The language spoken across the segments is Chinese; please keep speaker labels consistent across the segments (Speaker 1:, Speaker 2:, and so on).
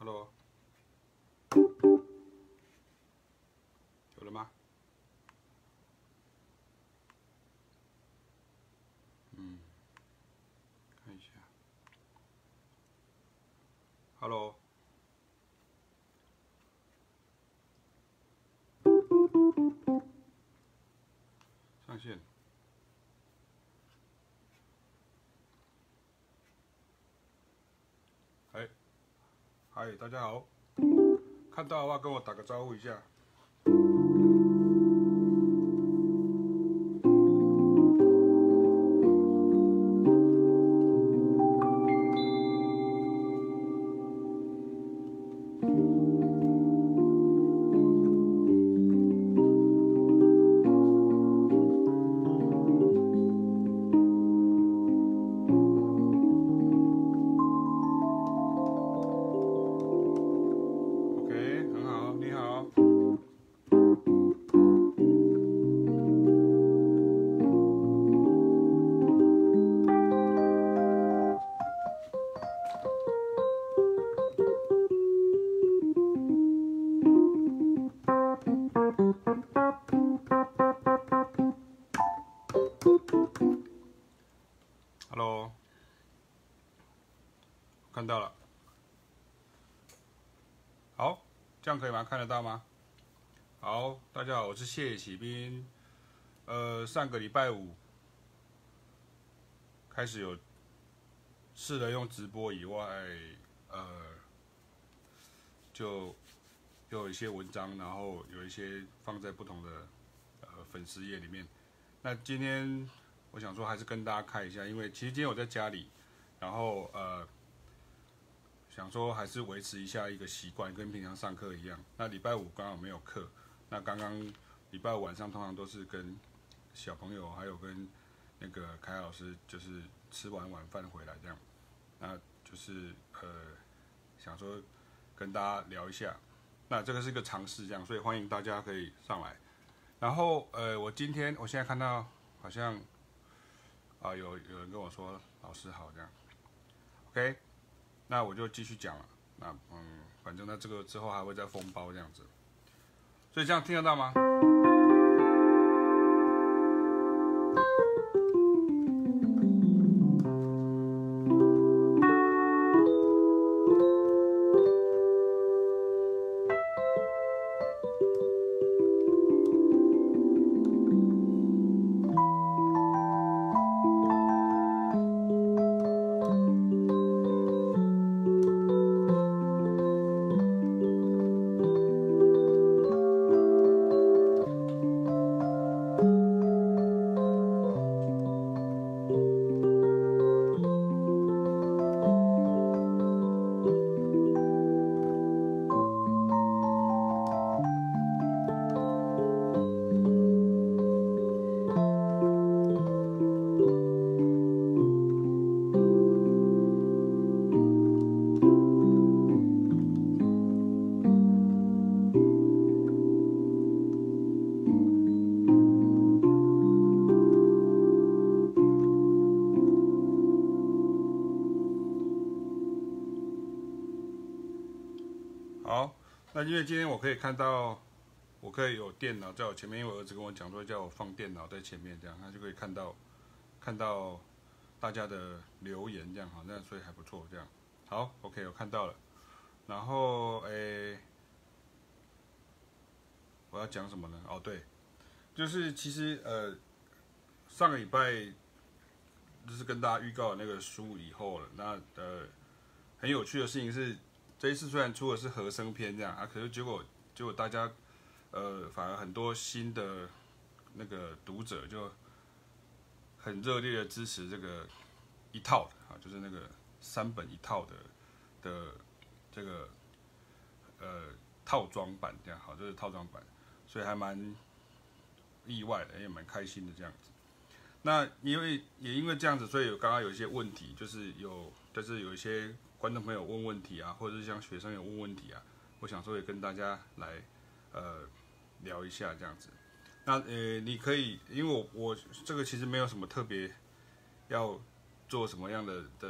Speaker 1: Hello， 有了吗？看一下。Hello， 上线。嗨，大家好，看到的话跟我打个招呼一下。OK， 很好，你好。Hello， 看到了。好，这样可以吗？看得到吗？好，大家好，我是谢启斌。上个礼拜五开始有试了用直播以外，就有一些文章，然后有一些放在不同的粉丝页里面。那今天我想说还是跟大家看一下，因为其实今天我在家里，然后想说还是维持一下一个习惯，跟平常上课一样。那礼拜五刚好没有课，那刚刚礼拜五晚上通常都是跟小朋友还有跟那个凯老师，就是吃完晚饭回来这样，那就是想说跟大家聊一下。那这个是一个尝试这样，所以欢迎大家可以上来。然后我现在看到好像有人跟我说老师好这样 ，OK， 那我就继续讲了。那反正呢这个之后还会再封包这样子，所以这样听得到吗？好，那因为今天我可以看到，我可以有电脑在我前面，因为我儿子跟我讲说叫我放电脑在前面，这样他就可以看到大家的留言，这样好，那所以还不错，这样好 ，OK， 我看到了。然后我要讲什么呢？哦，对，就是其实上个礼拜就是跟大家预告的那个书以后了，那很有趣的事情是，这一次虽然出的是和声篇这样啊，可是结果大家反而很多新的那个读者就很热烈的支持这个一套的啊，就是那个3本一套的这个套装版这样，好，这是套装版，所以还蛮意外的，也蛮开心的这样子。那因为这样子，所以刚刚有一些问题，就是有一些观众朋友问问题啊，或者是像学生有问问题啊，我想说也跟大家来聊一下这样子。那你可以，因为我这个其实没有什么特别要做什么样的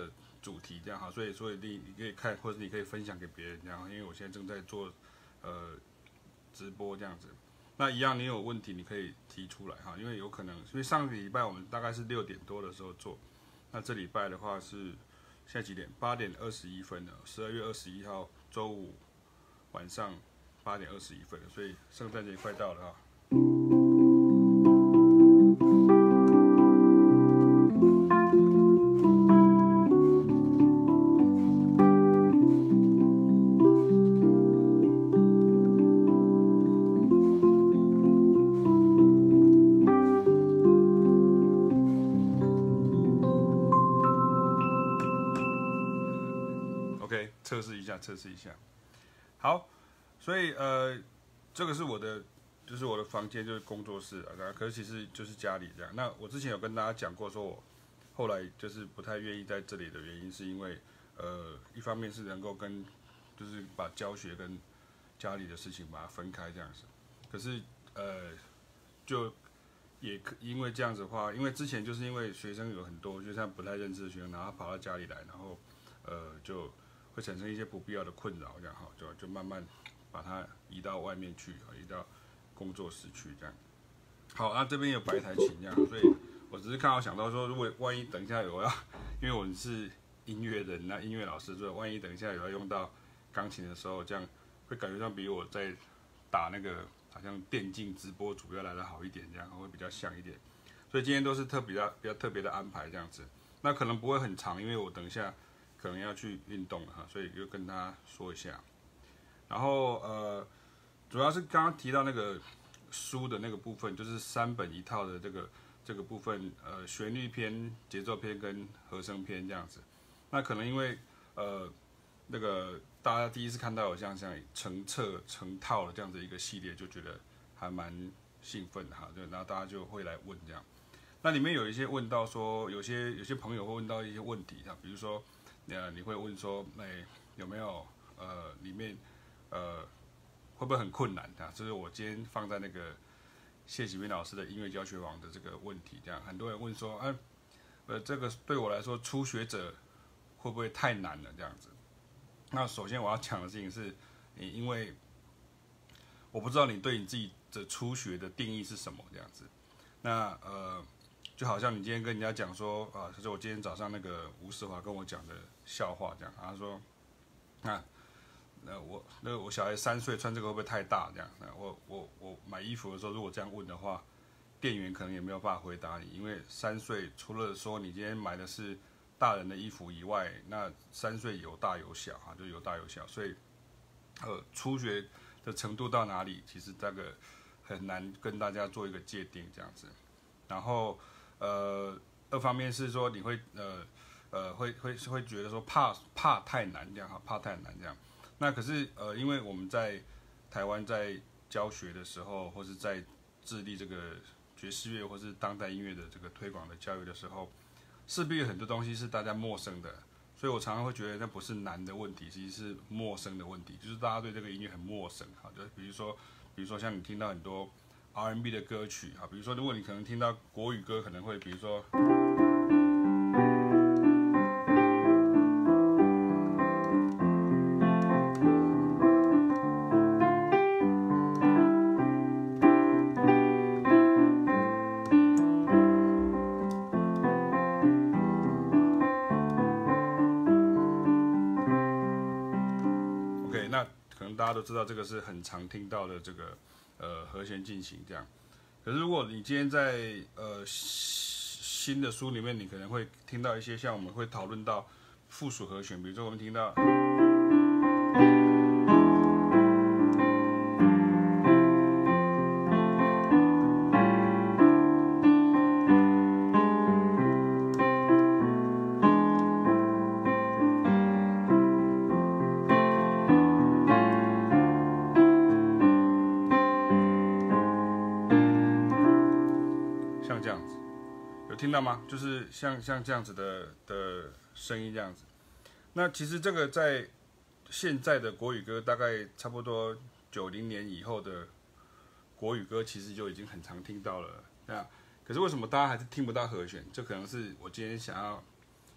Speaker 1: 主题这样哈，所以你可以看，或者你可以分享给别人这样，因为我现在正在做直播这样子。那一样，你有问题你可以提出来哈，因为有可能，因为上个礼拜我们大概是6点多的时候做，那这礼拜的话是现在几点？8点21分了，12月21号周五晚上8点21分了，所以圣诞节快到了哈。OK， 测试一下。好，所以这个是就是我的房间，就是工作室啊。可是其实就是家里这样。那我之前有跟大家讲过，说我后来就是不太愿意在这里的原因，是因为一方面是能够就是把教学跟家里的事情把它分开这样子。可是就也因为这样子的话，因为之前就是因为学生有很多，就像不太认识的学生，然后跑到家里来，然后就会产生一些不必要的困扰，这样哈，就慢慢把它移到外面去，移到工作室去这样。好，那这边有摆一台琴这样，所以我只是看到想到说，如果万一等一下因为我是音乐人，那音乐老师，所以万一等一下有要用到钢琴的时候，这样会感觉上比我在打那个好像电竞直播主要来的好一点，这样会比较像一点。所以今天都是比较特别的安排这样子，那可能不会很长，因为我等一下可能要去运动了哈，所以就跟大家说一下。然后主要是刚刚提到那个书的那个部分，就是3本1套的这个部分，旋律篇、节奏篇跟和声篇这样子。那可能因为那个大家第一次看到有像成册成套的这样子一个系列，就觉得还蛮兴奋的哈，然后大家就会来问这样。那里面有一些问到说，有些朋友会问到一些问题啊，比如说你会问说，有没有里面会不会很困难啊？这是我今天放在那个谢启斌老师的音乐教学网的这个问题，这样很多人问说，这个对我来说初学者会不会太难了这样子？那首先我要讲的事情是，因为我不知道你对你自己的初学的定义是什么这样子。那就好像你今天跟人家讲说啊，就是我今天早上那个吴世华跟我讲的笑话这样，他说，我小孩3岁穿这个会不会太大这样？我买衣服的时候如果这样问的话，店员可能也没有办法回答你，因为3岁除了说你今天买的是大人的衣服以外，那3岁有大有小哈，就有大有小，所以初学的程度到哪里，其实这个很难跟大家做一个界定这样子。然后二方面是说你会会觉得说怕太难这样哈，怕太难这样。那可是因为我们在台湾在教学的时候，或是在致力这个爵士乐或是当代音乐的这个推广的教育的时候，势必有很多东西是大家陌生的，所以我常常会觉得那不是难的问题，其实是陌生的问题，就是大家对这个音乐很陌生哈。就比如说像你听到很多 R&B 的歌曲哈，比如说如果你可能听到国语歌，可能会比如说。大家都知道这个是很常听到的这个和弦进行这样，可是如果你今天在新的书里面，你可能会听到一些像我们会讨论到附属和弦，比如说我们听到。听到吗？就是像这样子的声音这样子。那其实这个在现在的国语歌，大概差不多90年以后的国语歌，其实就已经很常听到了。那可是为什么大家还是听不到和弦？这可能是我今天想要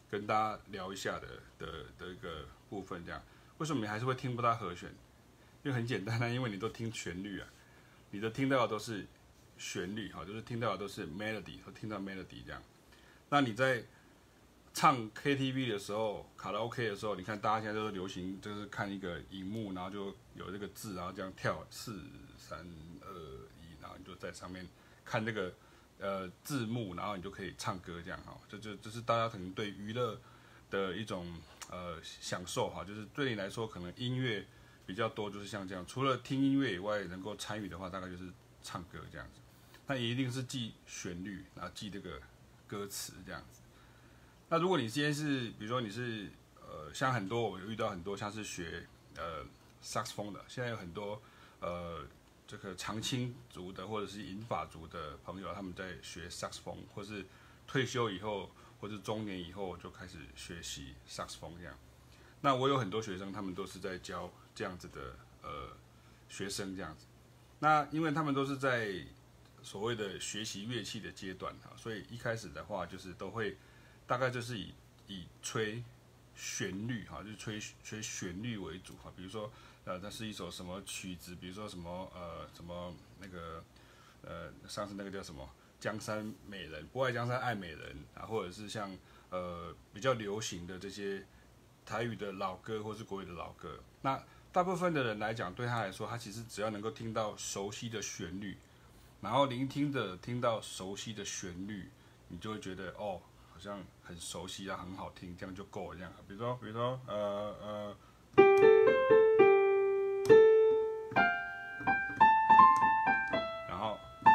Speaker 1: 跟大家聊一下的一个部分，这样为什么你还是会听不到和弦？因为很简单啊，因为你都听旋律啊，你都听到的都是旋律，哈，就是听到的都是 melody， 都听到 melody 这样。那你在唱 KTV 的时候，卡拉 OK 的时候，你看大家现在都是流行，就是看一个荧幕，然后就有这个字，然后这样跳4、3、2、1，然后你就在上面看这个字幕，然后你就可以唱歌这样哈。这是大家可能对娱乐的一种享受哈，就是对你来说可能音乐比较多，就是像这样，除了听音乐以外，能够参与的话，大概就是唱歌这样子。那也一定是记旋律，然后记这个歌词这样子。那如果你今天是，比如说你是像很多我有遇到很多像是学萨克斯风的，现在有很多这个长青族的或者是银发族的朋友，他们在学萨克斯风，或是退休以后或是中年以后就开始学习萨克斯风这样。那我有很多学生，他们都是在教这样子的学生这样子。那因为他们都是在所谓的学习乐器的阶段哈，所以一开始的话就是都会大概就是以吹旋律哈，就是吹旋律为主哈。比如说它是一首什么曲子，比如说什么什么那个上次那个叫什么江山美人，不爱江山爱美人啊，或者是像比较流行的这些台语的老歌或是国语的老歌。那大部分的人来讲，对他来说，他其实只要能够听到熟悉的旋律，然后聆听着听到熟悉的旋律，你就会觉得哦，好像很熟悉啊，很好听，这样就够了这样。比如说然后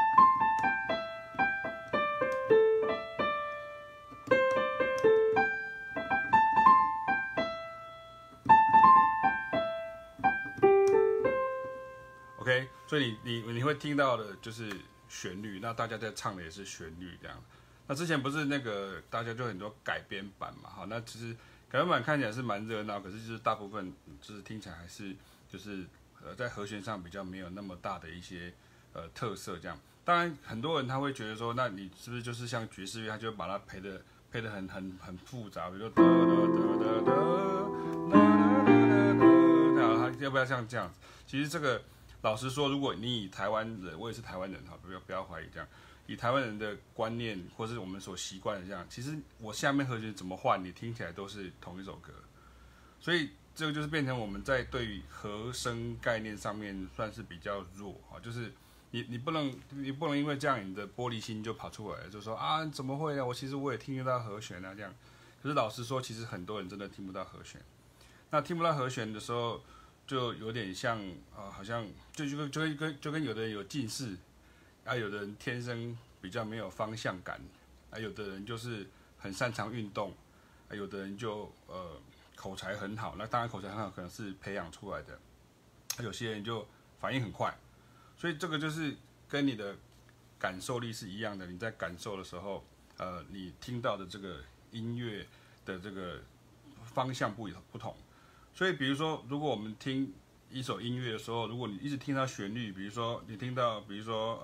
Speaker 1: OK， 所以你会听到的就是旋律，那大家在唱的也是旋律这样。那之前不是那个大家就很多改编版嘛，好，那其实改编版看起来是蛮热闹，可是就是大部分就是听起来还是就是在和弦上比较没有那么大的一些特色这样。当然很多人他会觉得说，那你是不是就是像爵士乐，他就把它配的很复杂，比如说哒哒哒哒哒哒，他要不要像这样子？其实这个老实说，如果你以台湾人，我也是台湾人哈，不要怀疑这样。以台湾人的观念，或是我们所习惯的这样，其实我下面和弦怎么换，你听起来都是同一首歌，所以这个就是变成我们在对于和声概念上面算是比较弱啊，就是你不能因为这样你的玻璃心就跑出来了，就说啊怎么会啊，其实我也听得到和弦啊这样，可是老实说，其实很多人真的听不到和弦，那听不到和弦的时候，就有点像好像就跟有的人有近视。啊，有的人天生比较没有方向感，啊，有的人就是很擅长运动，啊，有的人就口才很好，那当然口才很好可能是培养出来的，有些人就反应很快，所以这个就是跟你的感受力是一样的，你在感受的时候，你听到的这个音乐的这个方向不同，所以比如说，如果我们听一首音乐的时候，如果你一直听到旋律，比如说你听到，比如说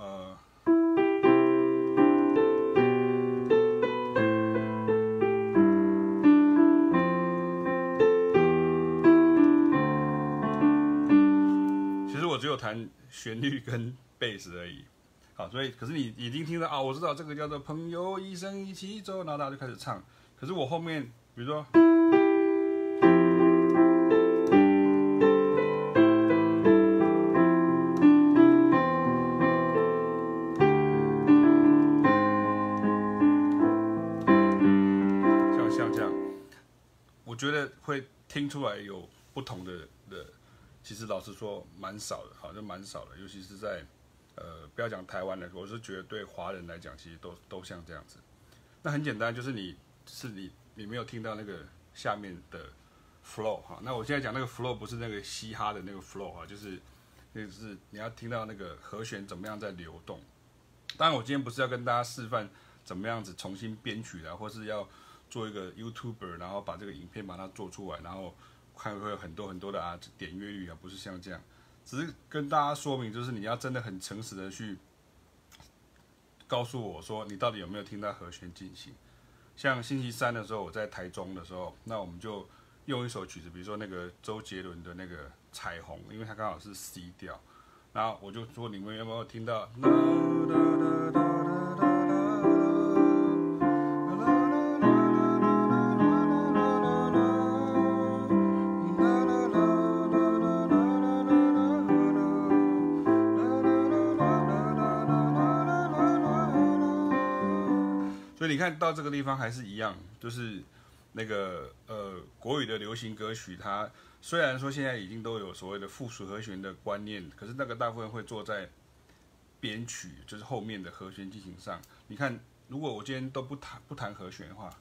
Speaker 1: 其实我只有弹旋律跟贝斯而已，好，所以可是你已经听到啊，我知道这个叫做朋友一生一起走，然后大家就开始唱，可是我后面比如说。像这样，我觉得会听出来有不同的，其实老实说蛮少的，好像蛮少的，尤其是在不要讲台湾的，我是觉得对华人来讲，其实都像这样子。那很简单，就是你没有听到那个下面的 flow 哈。那我现在讲那个 flow 不是那个嘻哈的那个 flow 哈，就是你要听到那个和弦怎么样在流动。当然，我今天不是要跟大家示范怎么样子重新编曲啦，或是要做一个 YouTuber， 然后把这个影片把它做出来，然后看会有很多的点阅率啊，不是像这样，只是跟大家说明，就是你要真的很诚实的去告诉我说，你到底有没有听到和弦进行。 像星期三的时候，我在台中的时候，那我们就用一首曲子，比如说那个周杰伦的那个《彩虹》，因为它刚好是 C 调，然后我就说你们有没有听到？所以你看到这个地方还是一样，就是那个国语的流行歌曲，它虽然说现在已经都有所谓的附属和弦的观念，可是那个大部分会做在编曲，就是后面的和弦进行上。你看，如果我今天都不弹和弦的话，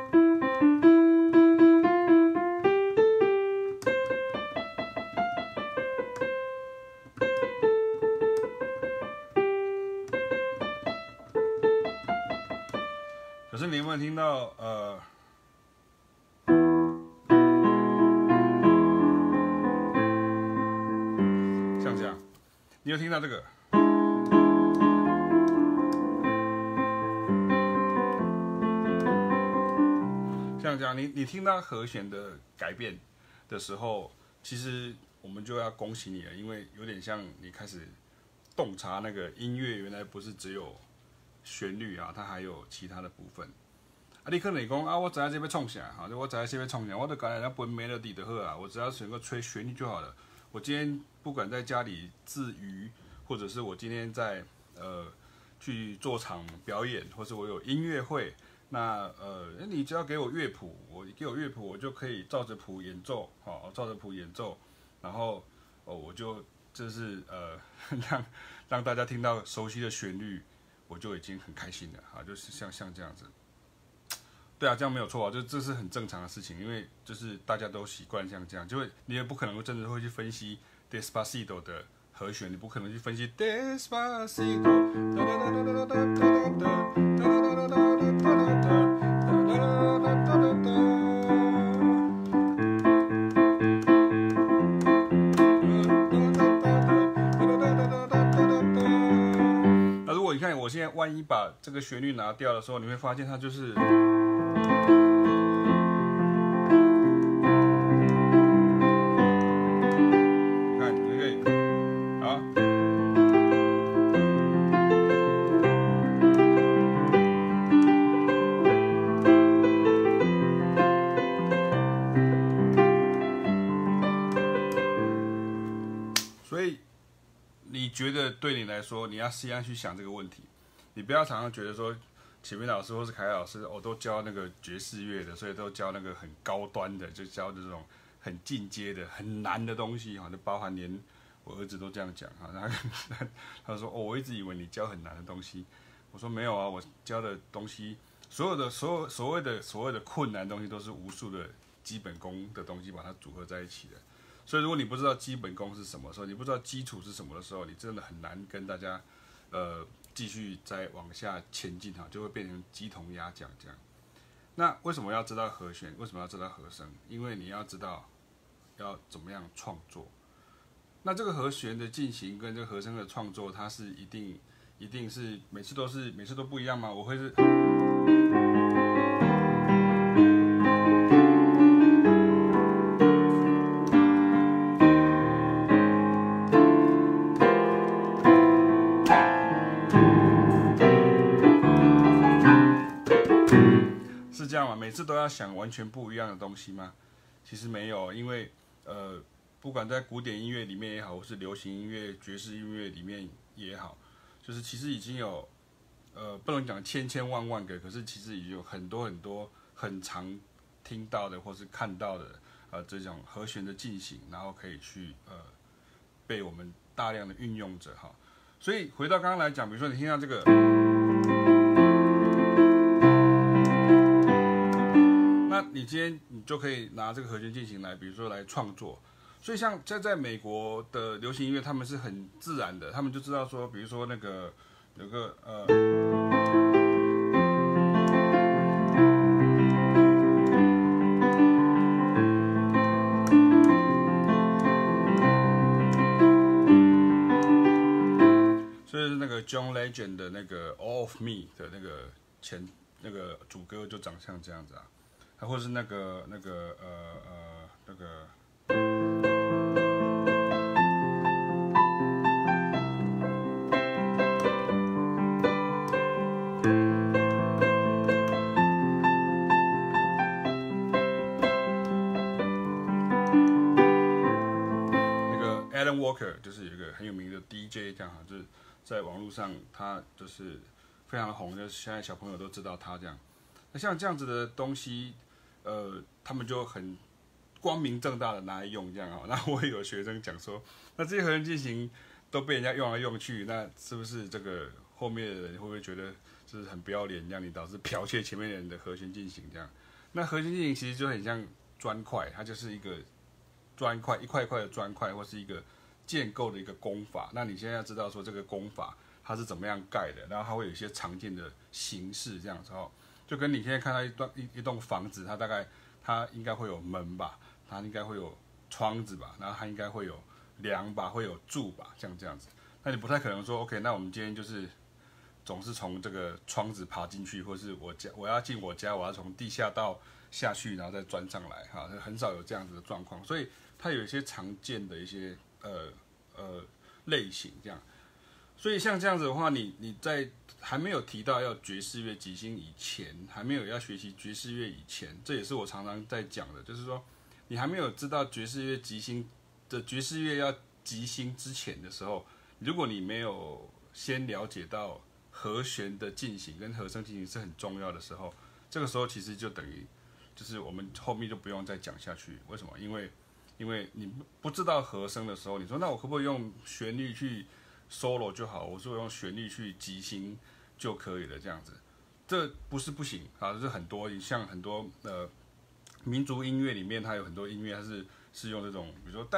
Speaker 1: 可是你有没有听到像这样？你有听到这个？像这样，你听到和弦的改变的时候，其实我们就要恭喜你了，因为有点像你开始洞察那个音乐原来不是只有旋律啊，它还有其他的部分。啊，你可能讲啊，我知道这边创啥，哈，我知道这边创啥，我都感觉那分 melody 就好啊，我只要选个吹旋律就好了。我今天不管在家里自娱，或者是我今天在去做场表演，或是我有音乐会，那你只要给我乐谱，我就可以照着谱演奏，好，照着谱演奏，然后我就就是让大家听到熟悉的旋律，我就已经很开心了啊，就是像这样子。对啊，这样没有错啊，这是很正常的事情，因为就是大家都习惯像这样，就会你也不可能真的会去分析 Despacito 的和弦，你不可能去分析 Despacito。那如果你看我现在万一把这个旋律拿掉的时候，你会发现它就是。你觉得对你来说，你要先去想这个问题，你不要常常觉得说，启明老师或是凯老师，都教那个爵士乐的，所以都教那个很高端的，就教这种很进阶的、很难的东西哈，就包含连我儿子都这样讲哈。他说我一直以为你教很难的东西，我说没有啊，我教的东西，所谓的困难的东西，都是无数的基本功的东西把它组合在一起的。所以，如果你不知道基本功是什么时候，你不知道基础是什么的时候，你真的很难跟大家继续再往下前进哈，就会变成鸡同鸭讲这样。那为什么要知道和弦？为什么要知道和声？因为你要知道要怎么样创作。那这个和弦的进行跟这个和声的创作，它是一定是每次都不一样吗？我会是。这样嘛，每次都要想完全不一样的东西吗？其实没有，因为不管在古典音乐里面也好，或是流行音乐、爵士音乐里面也好，就是其实已经有不能讲千万个，可是其实已经有很多很常听到的或是看到的这种和弦的进行，然后可以去被我们大量的运用着哈。所以回到刚刚来讲，比如说你听到这个。你今天你就可以拿这个和弦进行来，比如说来创作。所以像在美国的流行音乐，他们是很自然的，他们就知道说，比如说那个有个所以是那个 John Legend 的那个 All of Me 的那个那个主歌就长像这样子啊，或是那个Alan Walker 就是有一个很有名的 DJ， 这样哈，就是在网络上他就是非常红，就是现在小朋友都知道他这样。那像这样子的东西，他们就很光明正大的拿来用这样哈。那我也有学生讲说，那这些和弦进行都被人家用来用去，那是不是这个后面的人会不会觉得就是很不要脸，让你导致剽窃前面人的和弦进行这样？那和弦进行其实就很像砖块，它就是一个砖块，一块一块的砖块，或是一个建构的一个工法。那你现在要知道说这个工法它是怎么样盖的，然后它会有一些常见的形式这样子哦。就跟你现在看到一栋房子，它大概它应该会有门吧，它应该会有窗子吧，然后它应该会有梁吧，会有柱吧，像这样子。那你不太可能说 OK， 那我们今天就是总是从这个窗子爬进去，或是我要进我家，我要从地下道下去，然后再钻上来哈，很少有这样子的状况。所以它有一些常见的一些类型这样。所以像这样子的话，你在还没有提到要爵士乐即兴以前，还没有要学习爵士乐以前，这也是我常常在讲的，就是说你还没有知道爵士乐即兴的爵士乐要即兴之前的时候，如果你没有先了解到和弦的进行跟和声进行是很重要的时候，这个时候其实就等于就是我们后面就不用再讲下去。为什么？因为你不知道和声的时候，你说那我可不可以用旋律去 solo 就好？我说我用旋律去即兴就可以了，这样子，这不是不行啊，就是很多像很多民族音乐里面，它有很多音乐它是用这种，比如说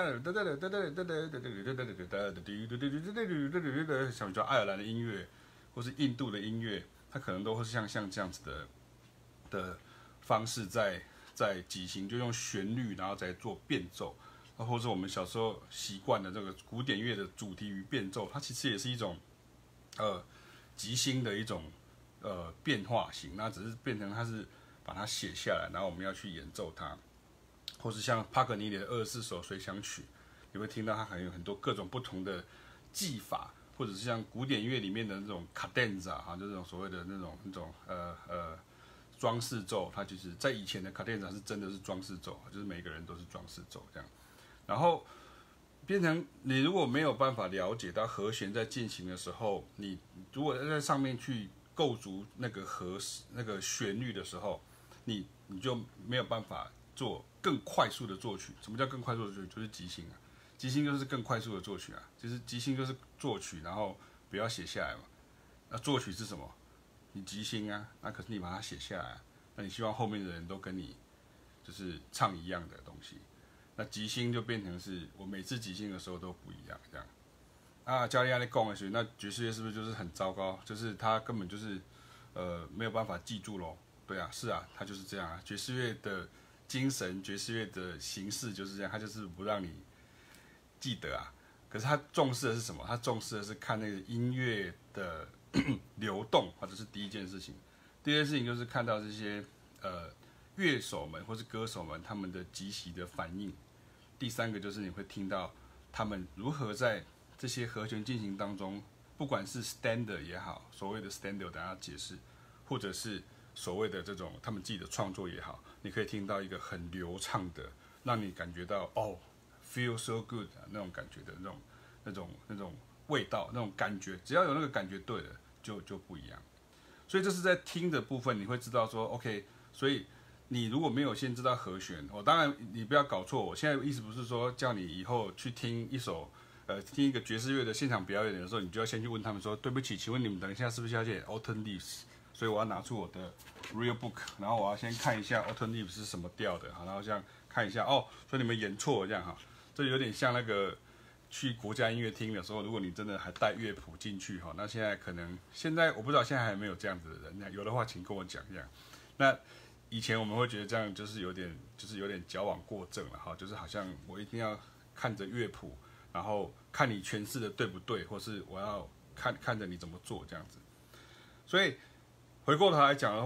Speaker 1: 像比较爱尔兰的音乐，或是印度的音乐，它可能都会像这样子的方式在即兴，就用旋律然后再做变奏。或者我们小时候习惯的这个古典乐的主题与变奏，它其实也是一种即兴的一种变化型，那只是变成它是把它写下来，然后我们要去演奏它，或是像帕格尼尼的24首随想曲，你会听到它还有很多各种不同的技法，或者是像古典乐里面的那种卡denza哈，就这种所谓的那种装饰奏，它就是在以前的卡denza是真的是装饰奏，就是每个人都是装饰奏这样。然后变成你如果没有办法了解到和弦在进行的时候，你如果在上面去构筑那个旋律的时候，你就没有办法做更快速的作曲。什么叫更快速的作曲？就是即兴啊，即兴就是更快速的作曲啊，就是即兴就是作曲，然后不要写下来嘛。那作曲是什么？你即兴啊，那可是你把它写下来啊，那你希望后面的人都跟你就是唱一样的东西。那即兴就变成是我每次即兴的时候都不一样，这样啊。教练在讲的时候，那爵士乐是不是就是很糟糕？就是他根本就是没有办法记住咯。对啊，是啊，他就是这样啊。爵士乐的精神，爵士乐的形式就是这样，他就是不让你记得啊。可是他重视的是什么？他重视的是看那个音乐的流动，或者是第一件事情。第二件事情就是看到这些乐手们或是歌手们他们的即席的反应。第三个就是你会听到他们如何在这些和弦进行当中，不管是 standard 也好，所谓的 standard 等下解释，或者是所谓的这种他们自己的创作也好，你可以听到一个很流畅的，让你感觉到哦 feel so good 那种感觉的那种味道，那种感觉，只要有那个感觉对了，就不一样。所以这是在听的部分，你会知道说 OK， 所以你如果没有先知道和弦，当然你不要搞错，我现在意思不是说叫你以后去听一个爵士乐的现场表演的时候，你就要先去问他们说，对不起，请问你们等一下是不是要写 Autumn Leaves？ 所以我要拿出我的 real book， 然后我要先看一下 Autumn Leaves 是什么调的，然后这样看一下哦，所以你们演错了这样哈，这有点像那个去国家音乐厅的时候，如果你真的还带乐谱进去哈，那现在我不知道现在还有没有这样子的人，有的话请跟我讲一下。那以前我们会觉得这样就是有点矫枉过正了哈，就是好像我一定要看着乐谱，然后看你诠释的对不对，或是我要看着你怎么做这样子。所以回过头来讲的话，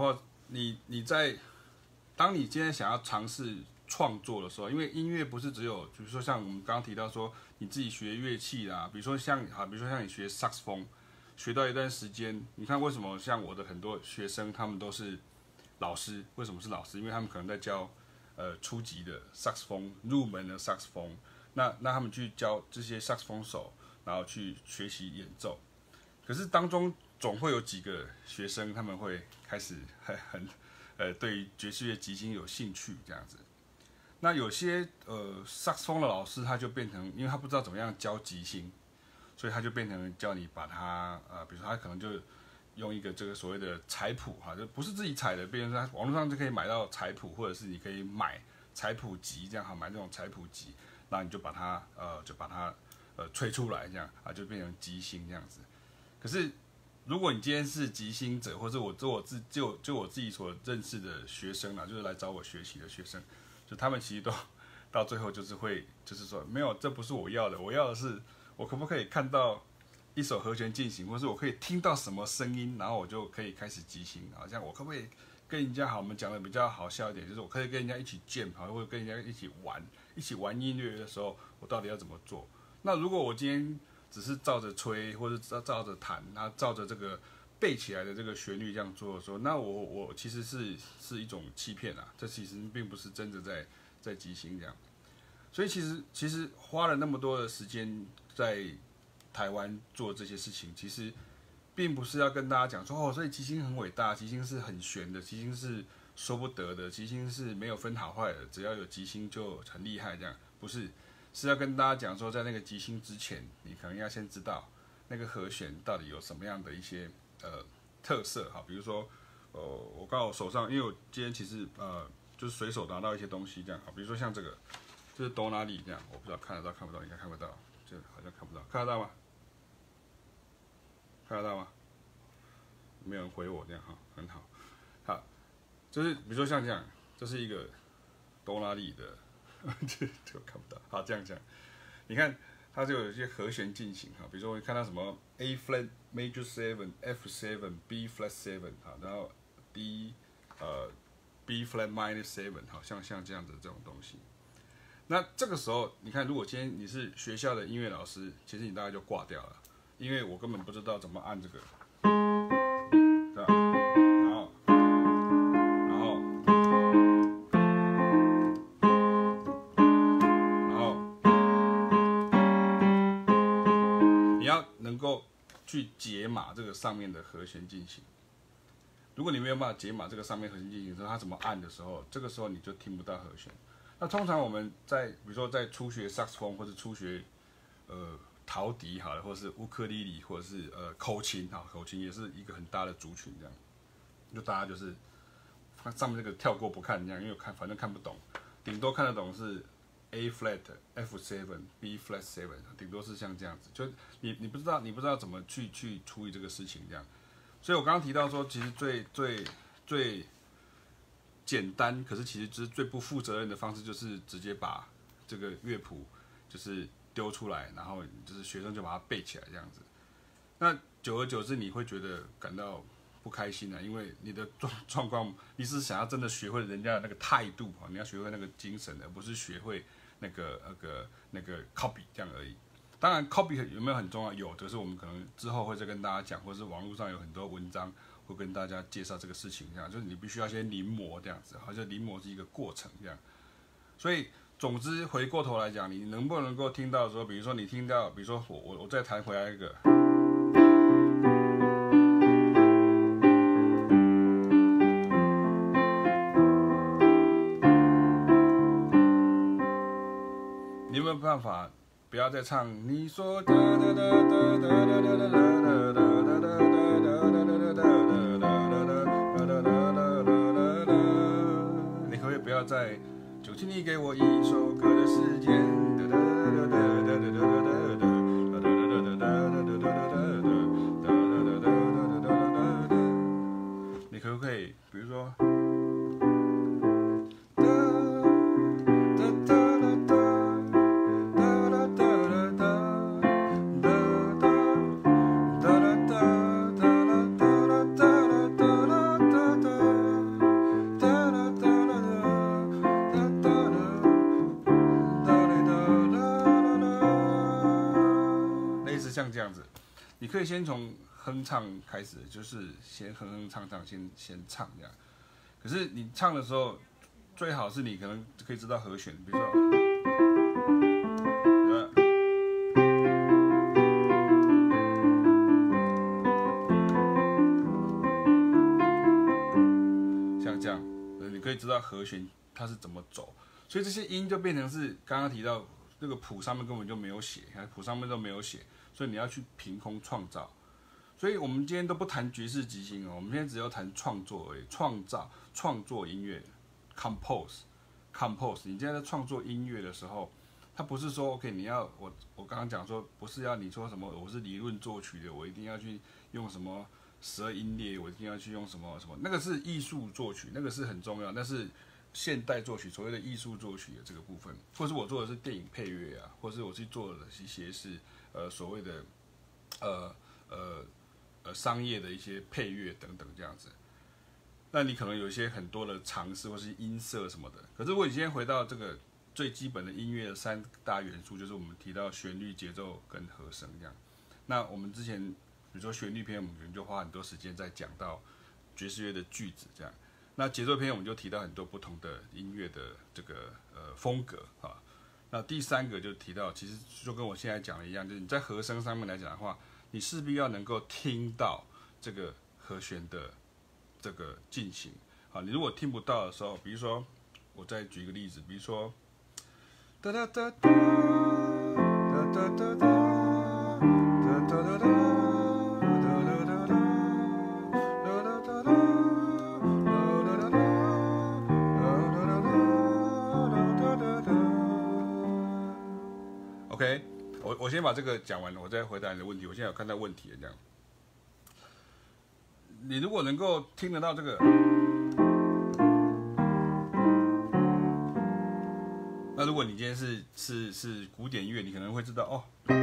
Speaker 1: 当你今天想要尝试创作的时候，因为音乐不是只有，比如说像我们刚刚提到说你自己学乐器啦，比如说像你学萨克斯风，学到一段时间，你看为什么像我的很多学生他们都是老师？为什么是老师？因为他们可能在教初级的萨克斯风、入门的萨克斯风，那他们去教这些萨克斯风手，然后去学习演奏。可是当中总会有几个学生他们会开始对于爵士乐即兴有兴趣这样子。那有些萨克斯风的老师他就变成，因为他不知道怎么样教即兴，所以他就变成叫你把它比如说他可能就用一个这个所谓的彩谱哈，就不是自己采的，变成在网络上就可以买到彩谱，或者是你可以买彩谱集这样哈，买这种彩谱集，然后你就把它吹出来这样啊，就变成即兴这样子。可是如果你今天是即兴者，或者我自己所认识的学生啦，就是来找我学习的学生，就他们其实都到最后就是说没有，这不是我要的，我要的是我可不可以看到一首和弦进行，或是我可以听到什么声音，然后我就可以开始即兴。好像我可不可以跟人家我们讲的比较好笑一点，就是我可以跟人家一起 jam， 或者跟人家一起玩音乐的时候，我到底要怎么做？那如果我今天只是照着吹，或者照着弹，然后照着这个背起来的这个旋律这样做的时候，那我其实是一种欺骗啊，这其实并不是真的在即兴这样。所以其实花了那么多的时间在台湾做这些事情，其实并不是要跟大家讲说所以即兴很伟大，即兴是很玄的，即兴是说不得的，即兴是没有分好坏的，只要有即兴就很厉害这样，不是。是要跟大家讲说，在那个即兴之前，你可能要先知道那个和弦到底有什么样的一些特色哈，比如说我刚好手上，因为我今天其实就是随手拿到一些东西这样，比如说像这个，就是哆啦里这样，我不知道看得到看不到，应该看不到，这好像看不到，看得到吗？看得到吗？没有人回我这样哈，很好，好，就是比如说像这样，这是一个哆啦里的。这个看不到，好这样讲，你看它就有一些和弦进行哈，比如说我看到什么 A flat major 7 F 7 B flat 7哈，然后 D B flat minus 7，好像这样子这种东西。那这个时候你看，如果今天你是学校的音乐老师，其实你大概就挂掉了，因为我根本不知道怎么按这个，对吧？能够去解码这个上面的和弦进行。如果你没有办法解码这个上面和弦进行的时候，它怎么按的时候，这个时候你就听不到和弦。那通常我们比如说在初学萨克斯风，或是初学陶笛好了，或是乌克丽丽，或者是口琴哈，口琴也是一个很大的族群这样。就大家就是上面这个跳过不看这样，因为反正看不懂，顶多看得懂是。A flat F 7 B flat 7， 顶多是像这样子，就你不知道怎么去处理这个事情这样，所以我刚刚提到说，其实最简单，可是其实就是最不负责任的方式，就是直接把这个乐谱就是丢出来，然后就是学生就把它背起来这样子。那久而久之，你会觉得感到不开心啊，因为你的状况，你是想要真的学会人家的那个态度啊，你要学会那个精神，而不是学会那个 copy 这样而已。当然 copy 有没有很重要？有，就是我们可能之后会再跟大家讲，或是网络上有很多文章会跟大家介绍这个事情，这样就是你必须要先临摹这样子，好像临摹是一个过程这样。所以总之回过头来讲，你能不能够听到说，比如说你听到，比如说我再弹回来一个。你有没有办法不要再唱你说哒哒哒哒哒哒哒哒哒哒哒你可不可以不要再就请你给我一首歌的时间你可不可以比如说像这样子，你可以先从哼唱开始，就是先哼哼唱唱，先唱这样。可是你唱的时候，最好是你可能可以知道和弦，比如说，像这样，你可以知道和弦它是怎么走，所以这些音就变成是刚刚提到那个谱上面根本就没有写，谱上面都没有写，所以你要去凭空创造。所以我们今天都不谈爵士即兴哦，我们今天只要谈创作而已，创作音乐 ，compose。你今天在创作音乐的时候，它不是说 OK， 你要我刚刚讲说，不是要你说什么，我是理论作曲的，我一定要去用什么12音列，我一定要去用什么什么，那个是艺术作曲，那个是很重要，但是现代作曲所谓的艺术作曲的这个部分，或是我做的是电影配乐啊，或是我去做的一些是所谓的商业的一些配乐等等这样子。那你可能有一些很多的尝试或是音色什么的，可是如果你今天回到这个最基本的音乐的3大元素，就是我们提到旋律、节奏跟和声这样。那我们之前比如说旋律篇，我们就花很多时间在讲到爵士乐的句子这样。那节奏篇我们就提到很多不同的音乐的这个风格啊。那第3个就提到，其实就跟我现在讲的一样，就是你在和声上面来讲的话，你势必要能够听到这个和弦的这个进行。好，你如果听不到的时候，比如说我再举一个例子，比如说哒哒哒哒哒哒哒哒哒哒哒。OK， 我先把这个讲完了，我再回答你的问题。我现在有看到问题了，这样。你如果能够听得到这个，那如果你今天是古典乐，你可能会知道哦。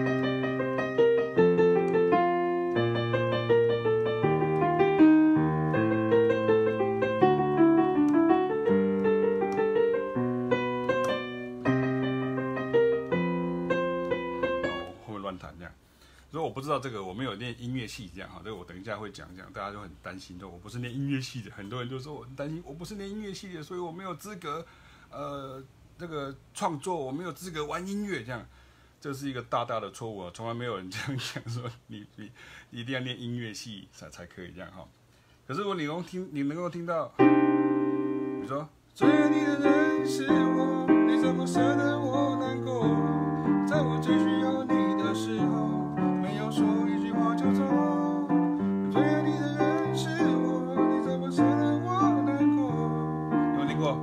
Speaker 1: 所以我不知道这个，我没有念音乐系这样哈，这个我等一下会讲讲，大家就很担心，说我不是念音乐系的，很多人就说我很担心，我不是念音乐系的，所以我没有资格，这个创作，我没有资格玩音乐这样，这是一个大大的错误啊，从来没有人这样讲说你一定要念音乐系才可以这样哈。可是如果你能够听到，比如说最爱你的人是我，你怎么舍得我难过，在我最需要你的时候。没有说一句话就走，最爱你的人是我，你怎么舍得我难过？有没有听过？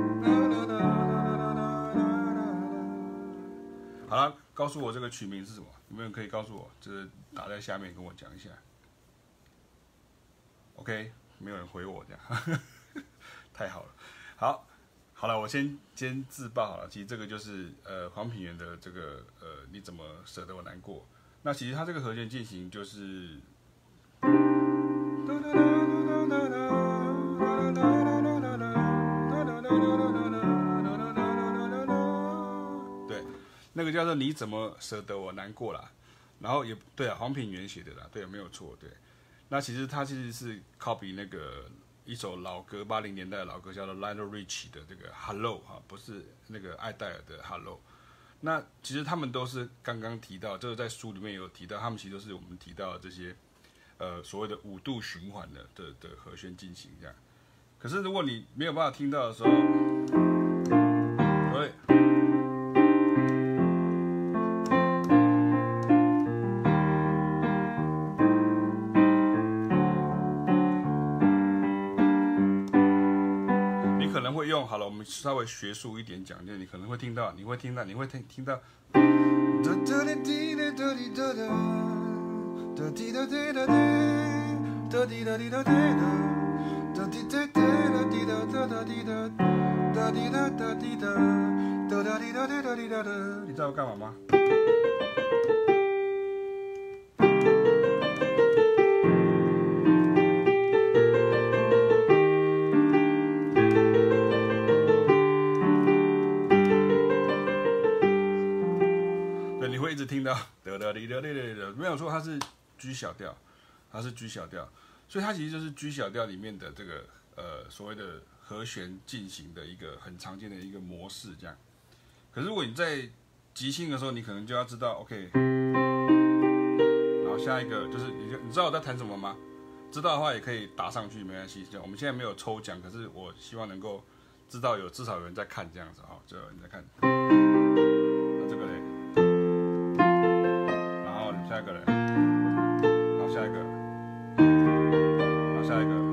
Speaker 1: 好了，告诉我这个曲名是什么？有没有人可以告诉我？就是打在下面跟我讲一下。OK， 没有人回我这样，太好了。好了，我先自爆好了。其实这个就是黄品源的这个你怎么舍得我难过？那其实它这个和弦进行就是，对，那个叫做你怎么舍得我难过啦。然后也对啊，黄品源写的啦，对，没有错，对。那其实它其实是 copy 那个一首老歌，80年代的老歌，叫做 Lionel Richie 的这个 Hello 哈，不是那个艾戴尔的 Hello。那其实他们都是刚刚提到，这个在书里面也有提到，他们其实都是我们提到的这些所谓的5度循环的和弦进行这样。可是如果你没有办法听到的时候，对，你可能会用好了，我们稍微学术一点讲，就你可能会听到，你会听到。你知道我干嘛吗？ 会一直听到没有错，它是 G 小调，它是 G 小调，所以它其实就是 G 小调里面的这个所谓的和弦进行的一个很常见的一个模式这样。可是如果你在即兴的时候，你可能就要知道 OK， 然后下一个就是你知道我在弹什么吗？知道的话也可以打上去，没关系。我们现在没有抽奖，可是我希望能够知道至少有人在看这样子哈，就有人在看。那这个嘞，然后下一个嘞，然后下一个，然后下一个。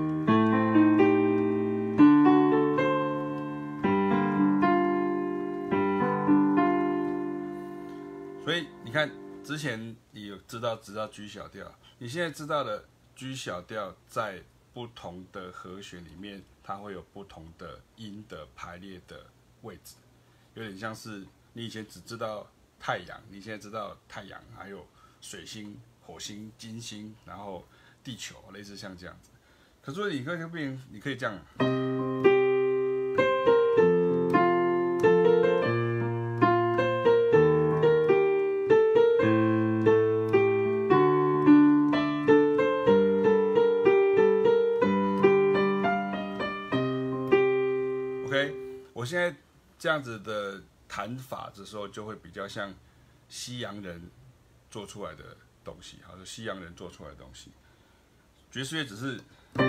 Speaker 1: 所以你看，之前你有知道 G 小调，你现在知道的 G 小调在不同的和弦里面，它会有不同的音的排列的位置，有点像是你以前只知道太阳，你现在知道太阳，还有水星、火星、金星，然后地球，类似像这样子。可是你可以这样。我现在这样子的弹法的时候，就会比较像西洋人做出来的东西，好，就西洋人做出来的东西。爵士乐只是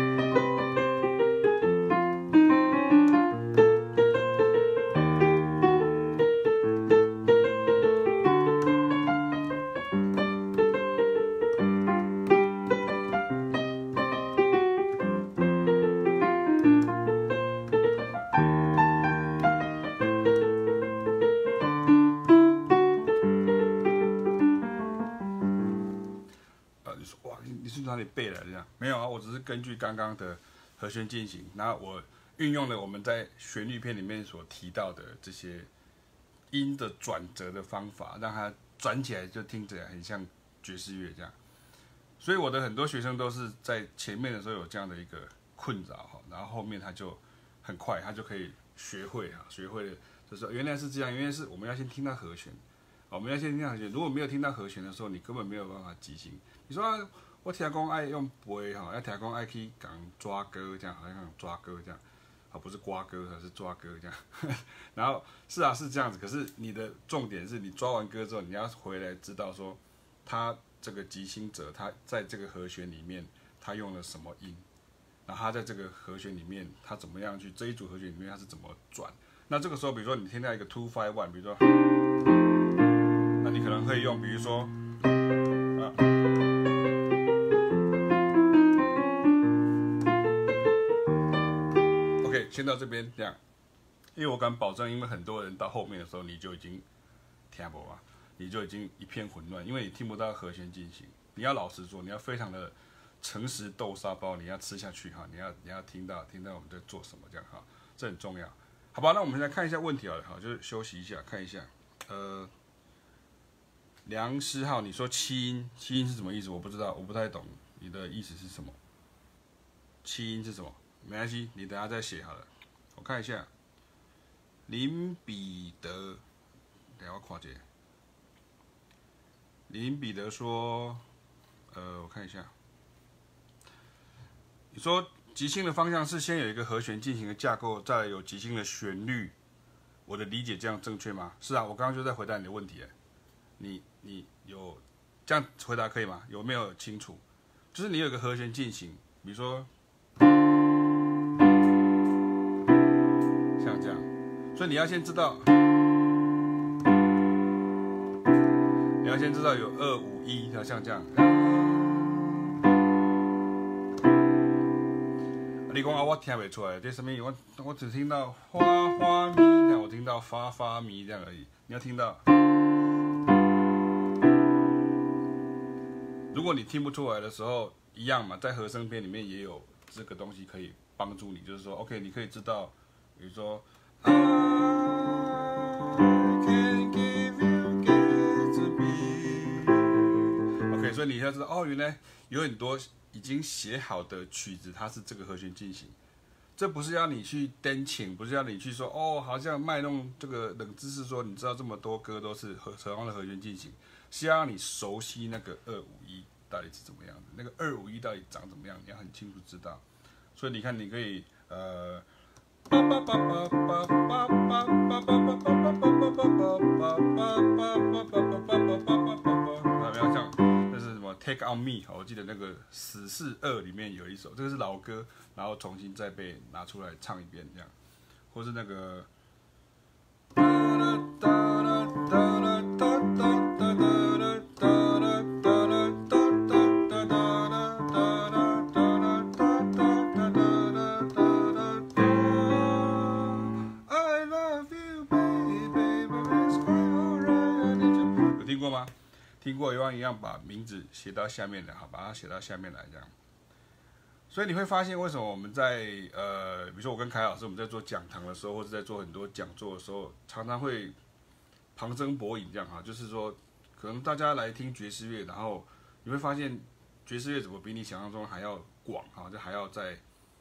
Speaker 1: 你是哪里背来的这样？没有啊，我只是根据刚刚的和弦进行，然后我运用了我们在旋律片里面所提到的这些音的转折的方法，让它转起来就听起来很像爵士乐这样。所以我的很多学生都是在前面的时候有这样的一个困扰哈，然后后面他就很快他就可以学会了，就是说原来是这样，原来是我们要先听到和弦。我们要先听到和弦，如果没有听到和弦的时候，你根本没有办法即兴。你说、啊、我听讲爱用背哈，要听讲爱去讲抓歌这样，好像抓歌这样，啊不是刮歌，而是抓歌这样。然后是啊是这样子，可是你的重点是你抓完歌之后，你要回来知道说，他这个即兴者他在这个和弦里面他用了什么音，然后他在这个和弦里面他怎么样去这一组和弦里面他是怎么转。那这个时候，比如说你听到一个 2-5-1， 比如说。那你可能会用，比如说，OK， 先到这边这样，因为我敢保证，因为很多人到后面的时候，你就已经听不了，你就已经一片混乱，因为你听不到和弦进行。你要老实做，你要非常的诚实豆沙包，你要吃下去哈，你要听到我们在做什么这样哈，这很重要，好吧？那我们来看一下问题好了，好，就是休息一下，看一下，梁诗浩，你说七音是什么意思？我不知道，我不太懂你的意思是什么。七音是什么？没关系，你等下再写好了。我看一下，林彼得，等下我看一下。林彼得说，我看一下，你说即兴的方向是先有一个和弦进行的架构，再来有即兴的旋律。我的理解这样正确吗？是啊，我刚刚就在回答你的问题。你有这样回答可以吗？有没有清楚？就是你有一个和弦进行，比如说像这样，所以你要先知道有2、5、1，像这样。你讲啊，我听不出来，这什么意思？我只听到花花咪，这样我听到发发咪这样而已。你要听到。如果你听不出来的时候，一样嘛，在和声篇里面也有这个东西可以帮助你，就是说 ，OK， 你可以知道，比如说 I can give you Gatsby，OK， 所以你要知道，哦，原来有很多已经写好的曲子，它是这个和弦进行， 这不是要你去dancing，不是要你去说哦，好像卖弄这个冷知识，说你知道这么多歌都是同样的和弦进行，是要让你熟悉那个251到底是怎么样的，那个251到底长怎么样，你要很清楚知道。所以你看，你可以不要这样，这是什么 ？Take on Me， 我记得那个《死侍2》里面有一首，这个是老歌，然后重新再被拿出来唱一遍，这样，或是那个。听过一样把名字写到下面来，好，把它写到下面来，这样。所以你会发现，为什么我们在比如说我跟凯老师我们在做讲堂的时候，或者在做很多讲座的时候，常常会旁征博引，这样哈，就是说，可能大家来听爵士乐，然后你会发现爵士乐怎么比你想象中还要广哈，就还要在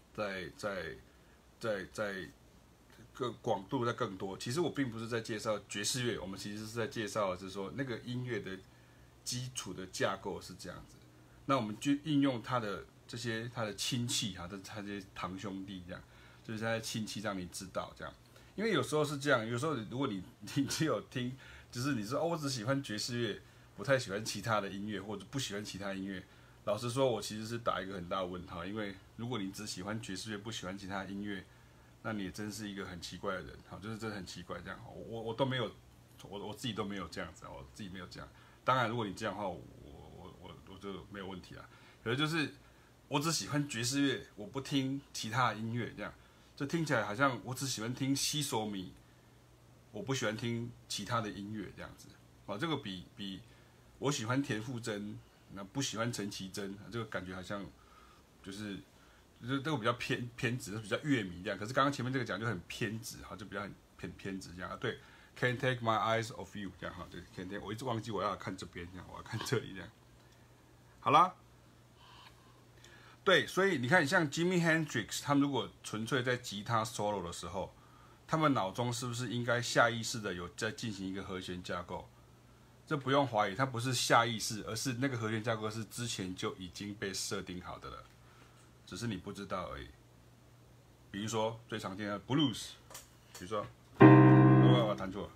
Speaker 1: 更广度再更多。其实我并不是在介绍爵士乐，我们其实是在介绍的是说那个音乐的基础的架构是这样子。那我们就应用他的这些他的亲戚哈，他这些堂兄弟这样，就是他的亲戚让你知道这样。因为有时候是这样，有时候如果你只有听，就是你说哦，我只喜欢爵士乐，不太喜欢其他的音乐，或者不喜欢其他音乐。老实说，我其实是打一个很大的问号，因为如果你只喜欢爵士乐，不喜欢其他的音乐，那你也真是一个很奇怪的人，好，就是真的很奇怪这样。我都没有，我自己都没有这样子，我自己没有这样。当然，如果你这样的话，我就没有问题啦。可是就是我只喜欢爵士乐，我不听其他的音乐，这样，这听起来好像我只喜欢听西索米，我不喜欢听其他的音乐这样子。啊，这个比我喜欢田馥甄，那不喜欢陈绮贞，这个感觉好像就是这个比较偏执，比较乐迷这样。可是刚刚前面这个讲就很偏执，哈，就比较很偏执这样。对 ，Can't take my eyes off you 这样哈，对 ，Can't take， 我一直忘记我要看这边这样，我要看这里这样。好啦，对，所以你看，像 Jimi Hendrix， 他们如果纯粹在吉他 solo 的时候，他们脑中是不是应该下意识的有在进行一个和弦架构？这不用怀疑，它不是下意识，而是那个和弦架构是之前就已经被设定好的了。只是你不知道而已。比如说最常见的 blues， 比如说，我弹错了。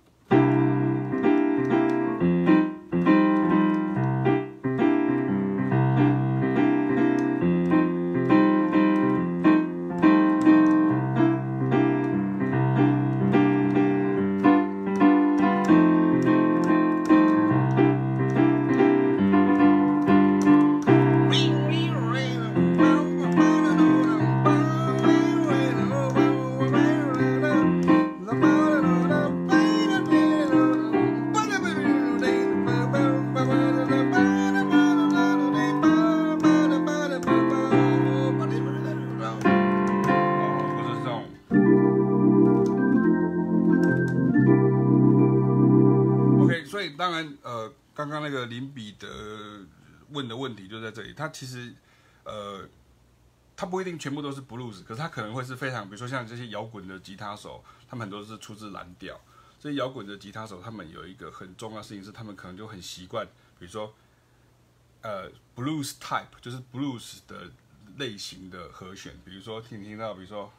Speaker 1: 当然，刚刚那个林彼得问的问题就在这里。他其实，他不一定全部都是 blues， 可是他可能会是非常，比如说像这些摇滚的吉他手，他们很多是出自蓝调。这些摇滚的吉他手，他们有一个很重要的事情是，他们可能就很习惯，比如说，blues type， 就是 blues 的类型的和弦。比如说，听到，比如说。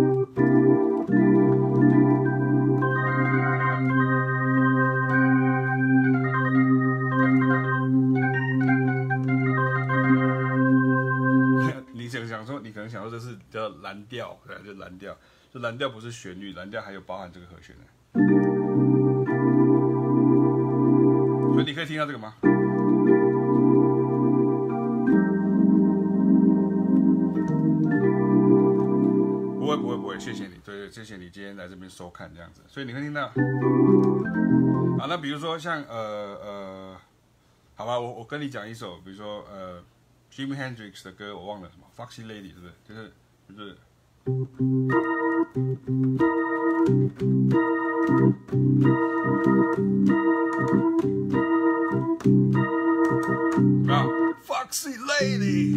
Speaker 1: 你可能想说这是叫蓝调，对，就是蓝调。就蓝调不是旋律，蓝调还有包含这个和弦的。所以你可以听到这个吗？不会，谢谢你，对，谢谢你今天来这边收看这样子。所以你可以听到。啊，那比如说像好吧，我跟你讲一首，比如说Jimi Hendrix 的歌，我忘了什么 ，Foxy Lady 是不是？就是。啊 Foxy Lady。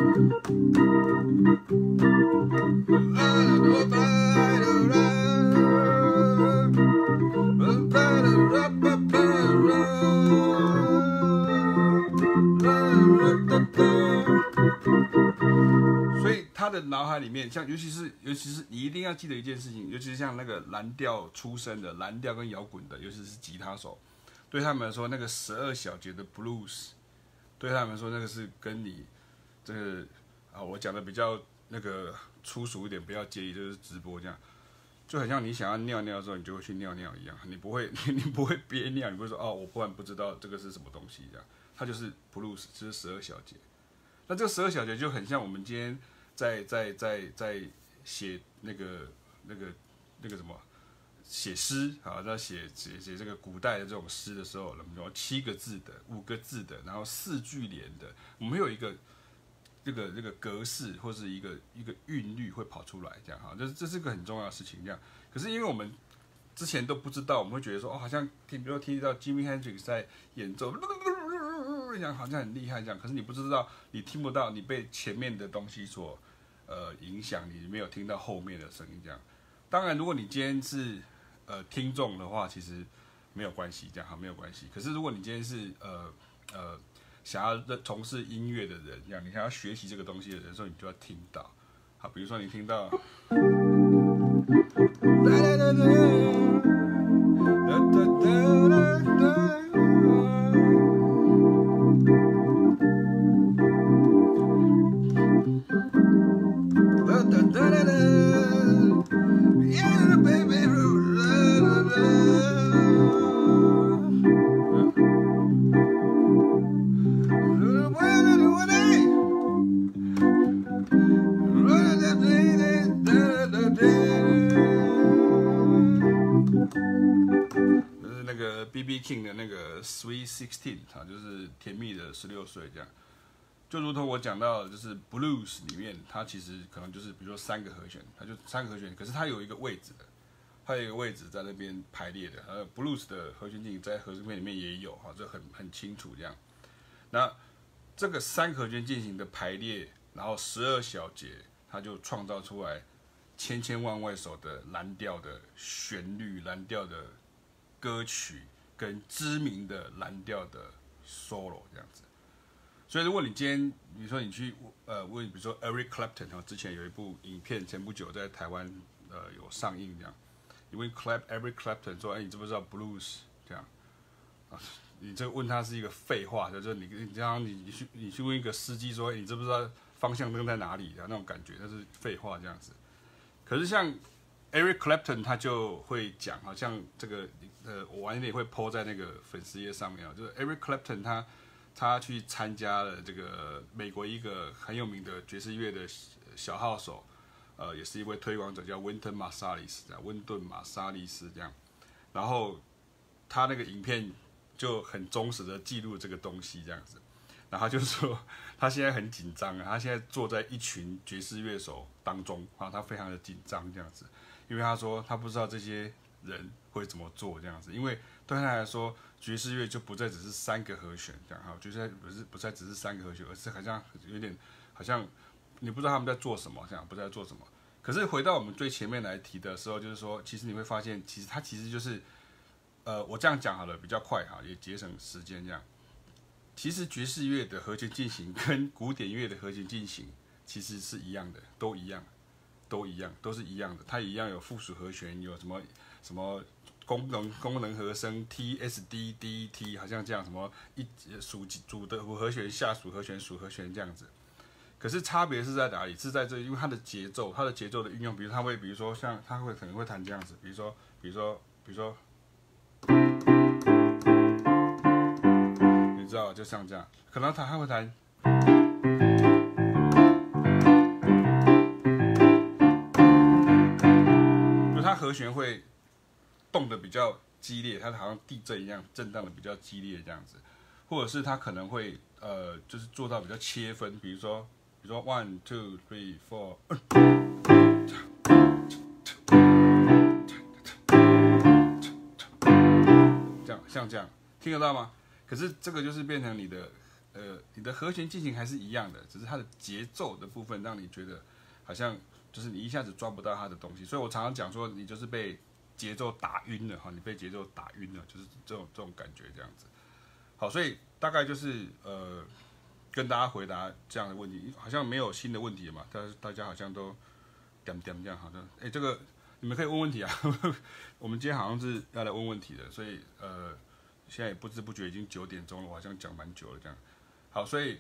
Speaker 1: 所以他的脑海里面，像尤其是你一定要记得一件事情，尤其是像那个蓝调出身的蓝调跟摇滚的，尤其是吉他手，对他们来说，那个12小节的 blues， 对他们说那个是跟你这个我讲的比较那个粗俗一点，不要介意，就是直播这样，就很像你想要尿尿的时候，你就会去尿尿一样，你不会憋尿，你不会说我不然不知道这个是什么东西这样，它就是 blues， 就是12小节。那这个12小节就很像我们今天在写那个什么写诗啊，在写这个古代的这种诗的时候，我们有7个字的、5个字的，然后4句连的，我们会有一个这个格式或是一个韵律会跑出来，这样哈，这是个很重要的事情，这样。可是因为我们之前都不知道，我们会觉得说好像比如说听到 Jimi Hendrix 在演奏。这样好像很厉害这样，可是你不知道，你听不到，你被前面的东西所影响，你没有听到后面的声音这样。当然，如果你今天是听众的话，其实没有关系，这样好没有关系。可是如果你今天是想要从事音乐的人，这样你想要学习这个东西的人，所以你就要听到。好，比如说你听到。就是那个 B.B. King 的那个 Sweet 16啊，就是甜蜜的16岁这样。就如同我讲到的，就是 blues 里面，它其实可能就是比如说3个和弦，它就3个和弦，可是它有一个位置的，它有一个位置在那边排列的。blues 的和弦进行在和声片里面也有哈，这很清楚这样。那这个3个和弦进行的排列，然后12小节，它就创造出来千千万万首的蓝调的旋律、蓝调的歌曲跟知名的蓝调的 solo 这样子。所以如果你今天，比如说你去问，比如说 Eric Clapton 之前有一部影片，前不久在台湾有上映这样，你问 Eric Clapton 说，你知不知道 blues 这样你这问他是一个废话，就是你去问一个司机说，你知不知道方向灯在哪里的那种感觉，那是废话这样子。可是像 Eric Clapton 他就会讲，好像这个我晚一点会 po 在那个粉丝页上面，就是 Eric Clapton 他去参加了这个美国一个很有名的爵士乐的小号手，也是一位推广者，叫温顿马萨利斯这样。然后他那个影片就很忠实的记录这个东西这样子。然后他就说他现在很紧张啊，他现在坐在一群爵士乐手当中啊，他非常的紧张这样子，因为他说他不知道这些人会怎么做这样子，因为对他来说，爵士乐就不再只是3个和弦这样哈，就是不再只是3个和弦，而是好像有点好像你不知道他们在做什么，这样不知道在做什么。可是回到我们最前面来提的时候，就是说，其实你会发现，其实就是，我这样讲好了比较快哈，也节省时间这样。其实爵士乐的和弦进行跟古典乐的和弦进行其实是一样的，都一样，都是一样的。它一样有附属和弦，有什么功能和声 T S D D T， 好像这样什么主的和弦、下属和弦、属和弦这样子。可是差别是在哪里？是在这，因为它的节奏的运用，比如他会，比如说像他会可能会弹这样子，比如说。你知道，就像这样，可能他会弹，就他和弦会动得比较激烈，它好像地震一样震荡的比较激烈这样子，或者是他可能会就是做到比较切分，比如说 1 2 3 4，这样像这样听得到吗？可是这个就是变成你的你的和弦进行还是一样的，只是它的节奏的部分让你觉得好像就是你一下子抓不到它的东西。所以我常常讲说，你就是被节奏打晕了哈，你被节奏打晕了，就是这种感觉这样子。好，所以大概就是跟大家回答这样的问题，好像没有新的问题了嘛，大家好像都点这样，好像这个你们可以问问题啊，我们今天好像是要来问问题的，所以现在也不知不觉已经9点钟了，我好像讲蛮久了这样。好，所以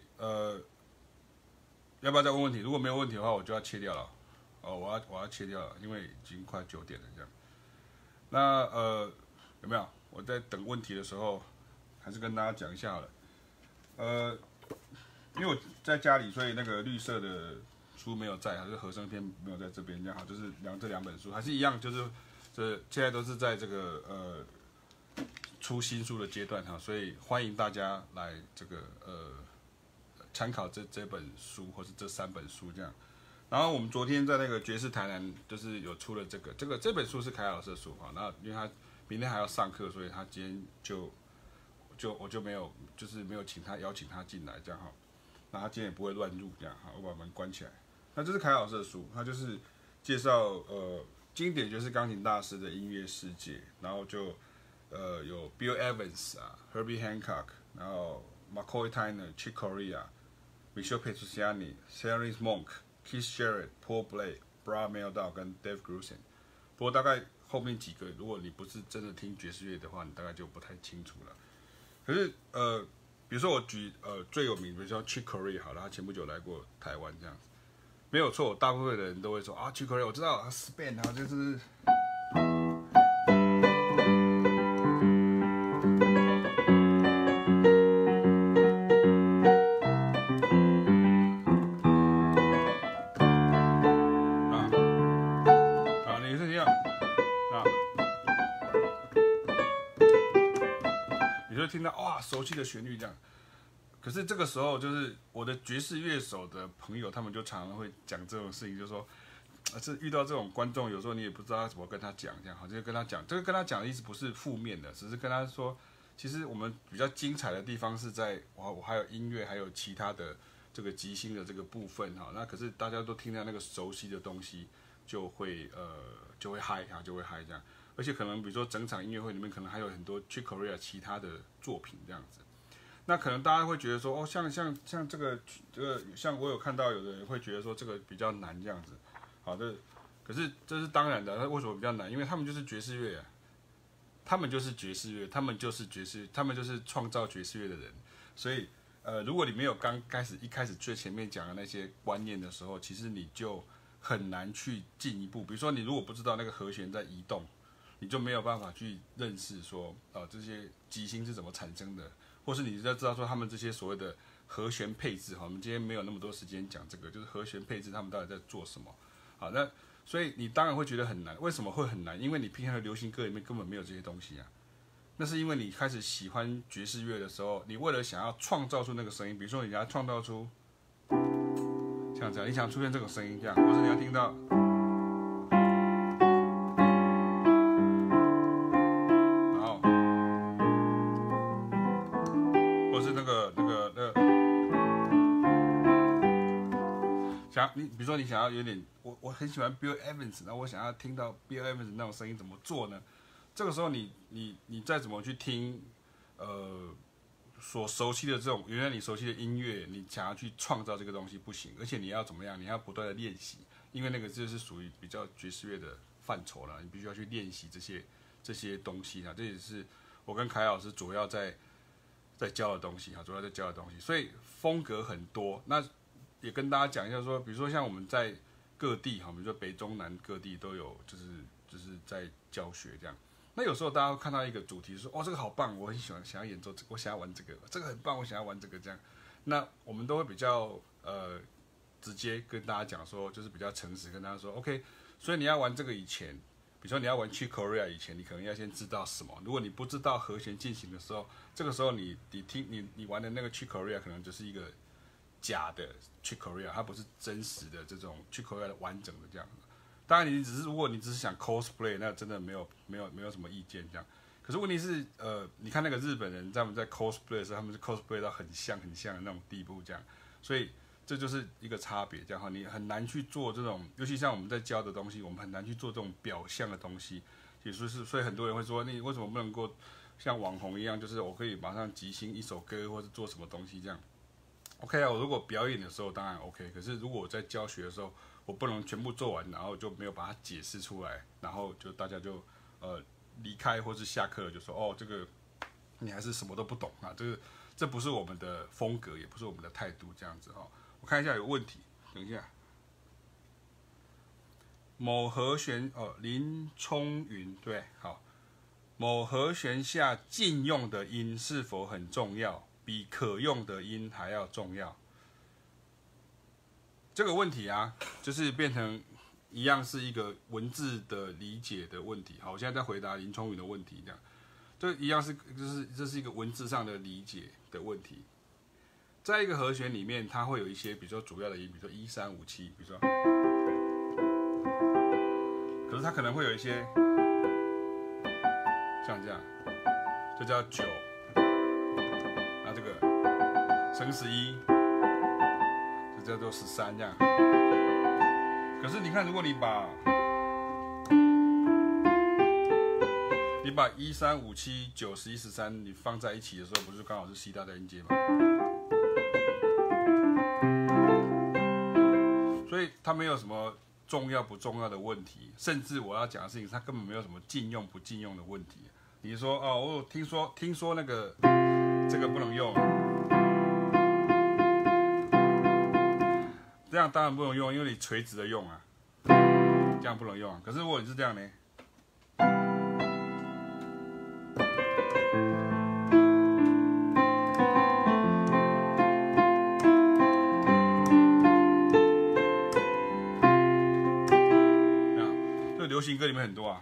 Speaker 1: 要不要再问问题？如果没有问题的话，我就要切掉了。我要切掉了，因为已经快9点了这样。那有没有？我在等问题的时候，还是跟大家讲一下好了。因为我在家里，所以那个绿色的书没有在，还是和声篇没有在这边，这样好，就是这两本书还是一样，就是现在都是在这个出新书的阶段哈，所以欢迎大家来这个参考这本书或是这3本书这样。然后我们昨天在那个爵士台南就是有出了这本书是凯老师的书哈，那因为他明天还要上课，所以他今天我就没有邀请他进来这样哈。那他今天也不会乱入这样哈，我把门关起来。那这是凯老师的书，他就是介绍经典爵士钢琴大师的音乐世界，然后就有 Bill Evans 啊 ，Herbie Hancock， 然后 McCoy Tyner、Chick Corea、Michel Petrucciani、Thelonious Monk、Keith Jarrett、Paul Blake、Brad Mehldau 跟 Dave Grusin。不过大概后面几个，如果你不是真的听爵士乐的话，你大概就不太清楚了。可是比如说我举最有名，比如说 Chick Corea 好了，他前不久来过台湾这样子，没有错，大部分的人都会说啊 Chick Corea 我知道，他 Spain 他就是你是这样你就听到哇熟悉的旋律这样。可是这个时候，就是我的爵士乐手的朋友，他们就常常会讲这种事情，就说，是遇到这种观众，有时候你也不知道怎么跟他讲，这样好，就跟他讲，这个跟他讲的意思不是负面的，只是跟他说，其实我们比较精彩的地方是在我还有音乐，还有其他的这个即兴的这个部分哈。那可是大家都听到那个熟悉的东西，就会嗨哈，就会嗨这样。而且可能比如说整场音乐会里面，可能还有很多 Chick Corea 其他的作品这样子。那可能大家会觉得说，哦，像这个，像我有看到有的人会觉得说这个比较难这样子，好的，可是这是当然的。为什么比较难？因为他们就是爵士乐啊，他们就是爵士乐，他们就是创造爵士乐的人。所以，如果你没有一开始最前面讲的那些观念的时候，其实你就很难去进一步。比如说，你如果不知道那个和弦在移动，你就没有办法去认识说，这些即兴是怎么产生的。或是你要知道说他们这些所谓的和弦配置，我们今天没有那么多时间讲这个，就是和弦配置他们到底在做什么。好，那所以你当然会觉得很难。为什么会很难？因为你平常的流行歌里面根本没有这些东西啊。那是因为你开始喜欢爵士乐的时候，你为了想要创造出那个声音，比如说你要创造出像这样，你想出现这种声音这样，或者你要听到。你比如说你想要有点，我很喜欢 Bill Evans， 然后我想要听到 Bill Evans 那种声音怎么做呢？这个时候你再怎么去听，所熟悉的这种原来你熟悉的音乐，你想要去创造这个东西不行，而且你要怎么样？你要不断的练习，因为那个就是属于比较爵士乐的范畴了，你必须要去练习这些东西啊，这也是我跟凯老师主要在教的东西啊，主要在教的东西，所以风格很多。那也跟大家讲一下说，比如说像我们在各地哈，比如说北中南各地都有，就是在教学这样。那有时候大家会看到一个主题说，哦，这个好棒，我很喜欢，想要演奏这个，我想要玩这个，这个很棒，我想要玩这个这样。那我们都会比较直接跟大家讲说，就是比较诚实跟大家说 ，OK。所以你要玩这个以前，比如说你要玩Chick Corea以前，你可能要先知道什么。如果你不知道和弦进行的时候，这个时候你玩的那个Chick Corea可能就是一个假的 Chick Corea， 它不是真实的这种 Chick Corea 的完整的这样。当然，如果你只是想 cosplay， 那真的没有什么意见这样。 可是问题是，你看那个日本人他们在 cosplay 的时候，他们是 cosplay 到很像的那种地步，这样，所以这就是一个差别，这样哈，你很难去做这种，尤其像我们在教的东西，我们很难去做这种表象的东西，也就是，所以很多人会说，你为什么不能够像网红一样，就是我可以马上即兴一首歌，或者做什么东西这样 ？OK 啊，我如果表演的时候当然 OK， 可是如果我在教学的时候，我不能全部做完，然后就没有把它解释出来，然后就大家就离开或是下课了，就说哦，这个你还是什么都不懂啊，这不是我们的风格，也不是我们的态度，这样子哈。我看一下有问题，等一下。某和弦林冲云对，好。某和弦下禁用的音是否很重要？比可用的音还要重要？这个问题啊，就是变成一样是一个文字的理解的问题。好，我现在在回答林冲云的问题，这样，这一样是这是一个文字上的理解的问题。在一个和弦里面，它会有一些比较主要的音，比如说1、3、5、7，比如说，可是它可能会有一些像这样，这叫9，那这个升11，这叫做13这样。可是你看，如果你把1、3、5、7、9、11、13你放在一起的时候，不是刚好是 C 大调音阶吗？所以它没有什么重要不重要的问题，甚至我要讲的事情，它根本没有什么禁用不禁用的问题。你说哦，我听说那个这个不能用，这样当然不能用，因为你垂直的用啊，这样不能用啊。可是如果你是这样呢？流行歌里面很多啊，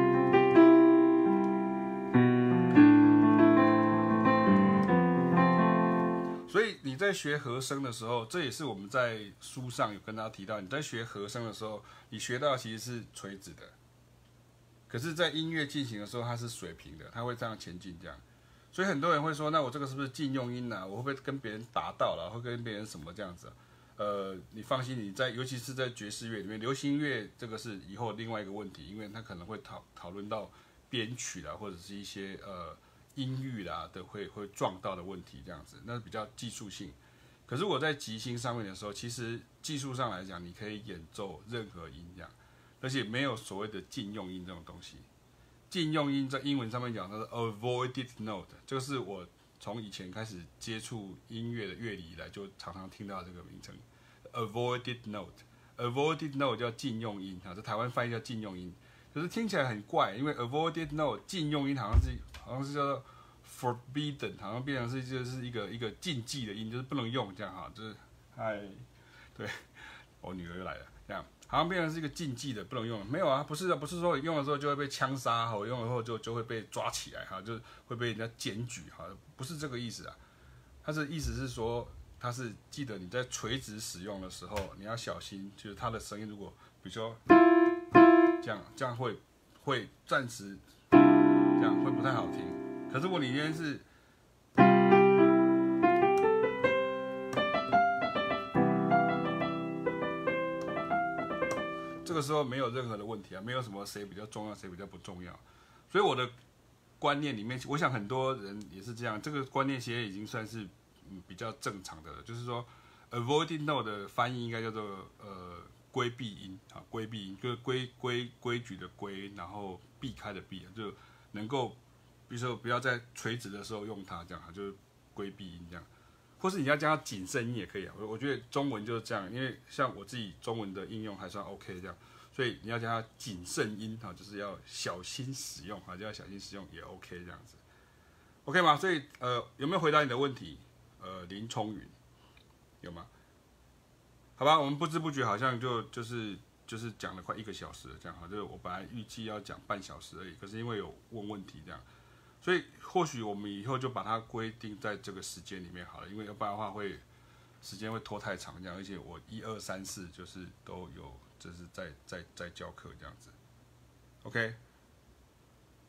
Speaker 1: 所以你在学和声的时候，这也是我们在书上有跟大家提到，你在学和声的时候，你学到其实是垂直的，可是，在音乐进行的时候，它是水平的，它会这样前进这样。所以很多人会说，那我这个是不是禁用音啊？我会不会跟别人打到了？会跟别人什么这样子啊？你放心，尤其是在爵士乐里面，流行乐这个是以后另外一个问题，因为它可能会讨论到编曲啦，或者是一些音域啦的会撞到的问题，这样子，那是比较技术性。可是我在即兴上面的时候，其实技术上来讲，你可以演奏任何音这样，而且没有所谓的禁用音这种东西。禁用音在英文上面讲，它是 avoided note， 这个是我从以前开始接触音乐的乐理以来，就常常听到这个名称。Avoided note 叫禁用音啊，在台湾翻译叫禁用音，可是听起来很怪，因为 avoided note 禁用音好像是叫做 forbidden， 好像变成是就是一个禁忌的音，就是不能用这样哈，就是对，我女儿又来了，这样好像变成是一个禁忌的，不能用。没有啊，不是说你用的时候就会被枪杀，哈，用了后就会被抓起来哈，就会被人家检举哈，不是这个意思啊，它的意思是说。它是记得你在垂直使用的时候，你要小心，就是它的声音如果比如说这样会暂时这样会不太好听。可是如果你今天是这个时候没有任何的问题啊，没有什么谁比较重要谁比较不重要。所以我的观念里面，我想很多人也是这样，这个观念其实已经算是。比较正常的了，就是说 avoided note 的翻译应该叫做规避音啊，规避音就是规矩的规，然后避开的避，就能够比如说不要在垂直的时候用它，这样就是规避音这样，或是你要加谨慎音也可以啊。我觉得中文就是这样，因为像我自己中文的应用还算 OK 这样，所以你要加谨慎音啊，就是要小心使用啊，就要小心使用也 OK 这样子 ，OK 吗？所以有没有回答你的问题？林冲云有吗？好吧，我们不知不觉好像就是讲了快1个小时了，这样哈，就是我本来预计要讲半小时而已，可是因为有问题这样，所以或许我们以后就把它规定在这个时间里面好了，因为要不然的话时间会拖太长这样，而且我1、2、3、4就是都有，就是在教课这样子 ，OK。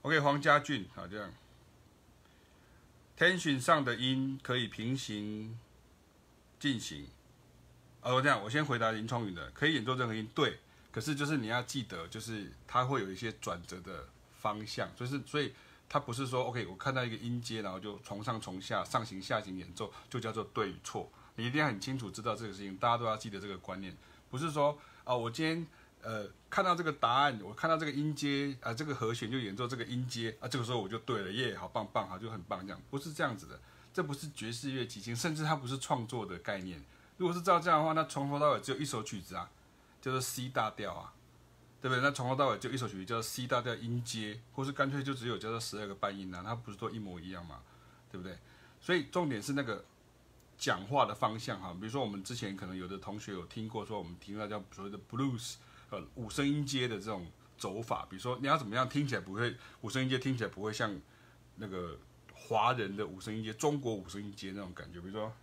Speaker 1: OK， 黄家俊，好这样。tension 上的音可以平行进行。我这样，我先回答林聪宇的，可以演奏任何音，对。可是就是你要记得，就是它会有一些转折的方向，所以它不是说 OK， 我看到一个音阶，然后就从上从下、上行下行演奏，就叫做对与错。你一定要很清楚知道这个事情，大家都要记得这个观念，不是说我今天看到这个答案，我看到这个音阶这个和弦就演奏这个音阶这个时候我就对了，耶，好棒棒，好就很棒，这样不是这样子的，这不是爵士乐即兴，甚至它不是创作的概念。如果是照这样的话，那从头到尾只有一首曲子叫做 C 大调对不对？那从头到尾就一首曲子叫做 C 大调音阶，或是干脆就只有叫做12个半音它不是都一模一样嘛，对不对？所以重点是那个讲话的方向比如说我们之前可能有的同学有听过说，我们听到叫所谓的 blues 五声音阶的这种走法，比如说你要怎么样听起来不会五声音阶听起来不会像那个华人的五声音阶、中国五声音阶那种感觉，比如说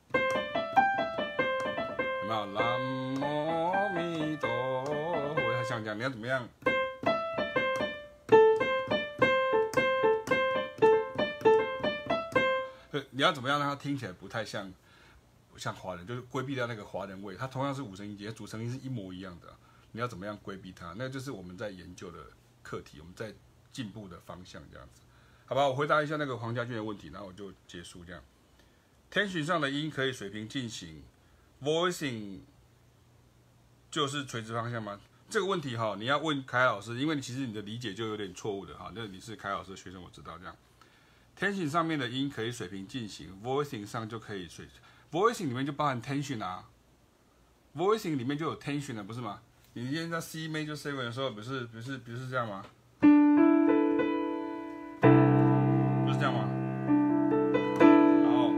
Speaker 1: 有没有南无阿弥陀，我还想讲你要怎么样？你要怎么样让它听起来不太像华人，就是规避掉那个华人味。它同样是五声音阶，组成音是一模一样的。你要怎么样规避它？那就是我们在研究的课题，我们在进步的方向这样子，好吧？我回答一下那个黄家俊的问题，然后我就结束这样。tension 上的音可以水平进行 ，voicing 就是垂直方向吗？这个问题你要问凯老师，因为其实你的理解就有点错误的那你是凯老师的学生，我知道这样。tension 上面的音可以水平进行 ，voicing 上就可以voicing 里面就包含 tension voicing 里面就有 tension 了，不是吗？你今天在 C major 7的时候，不是这样吗？不是这样吗？然后，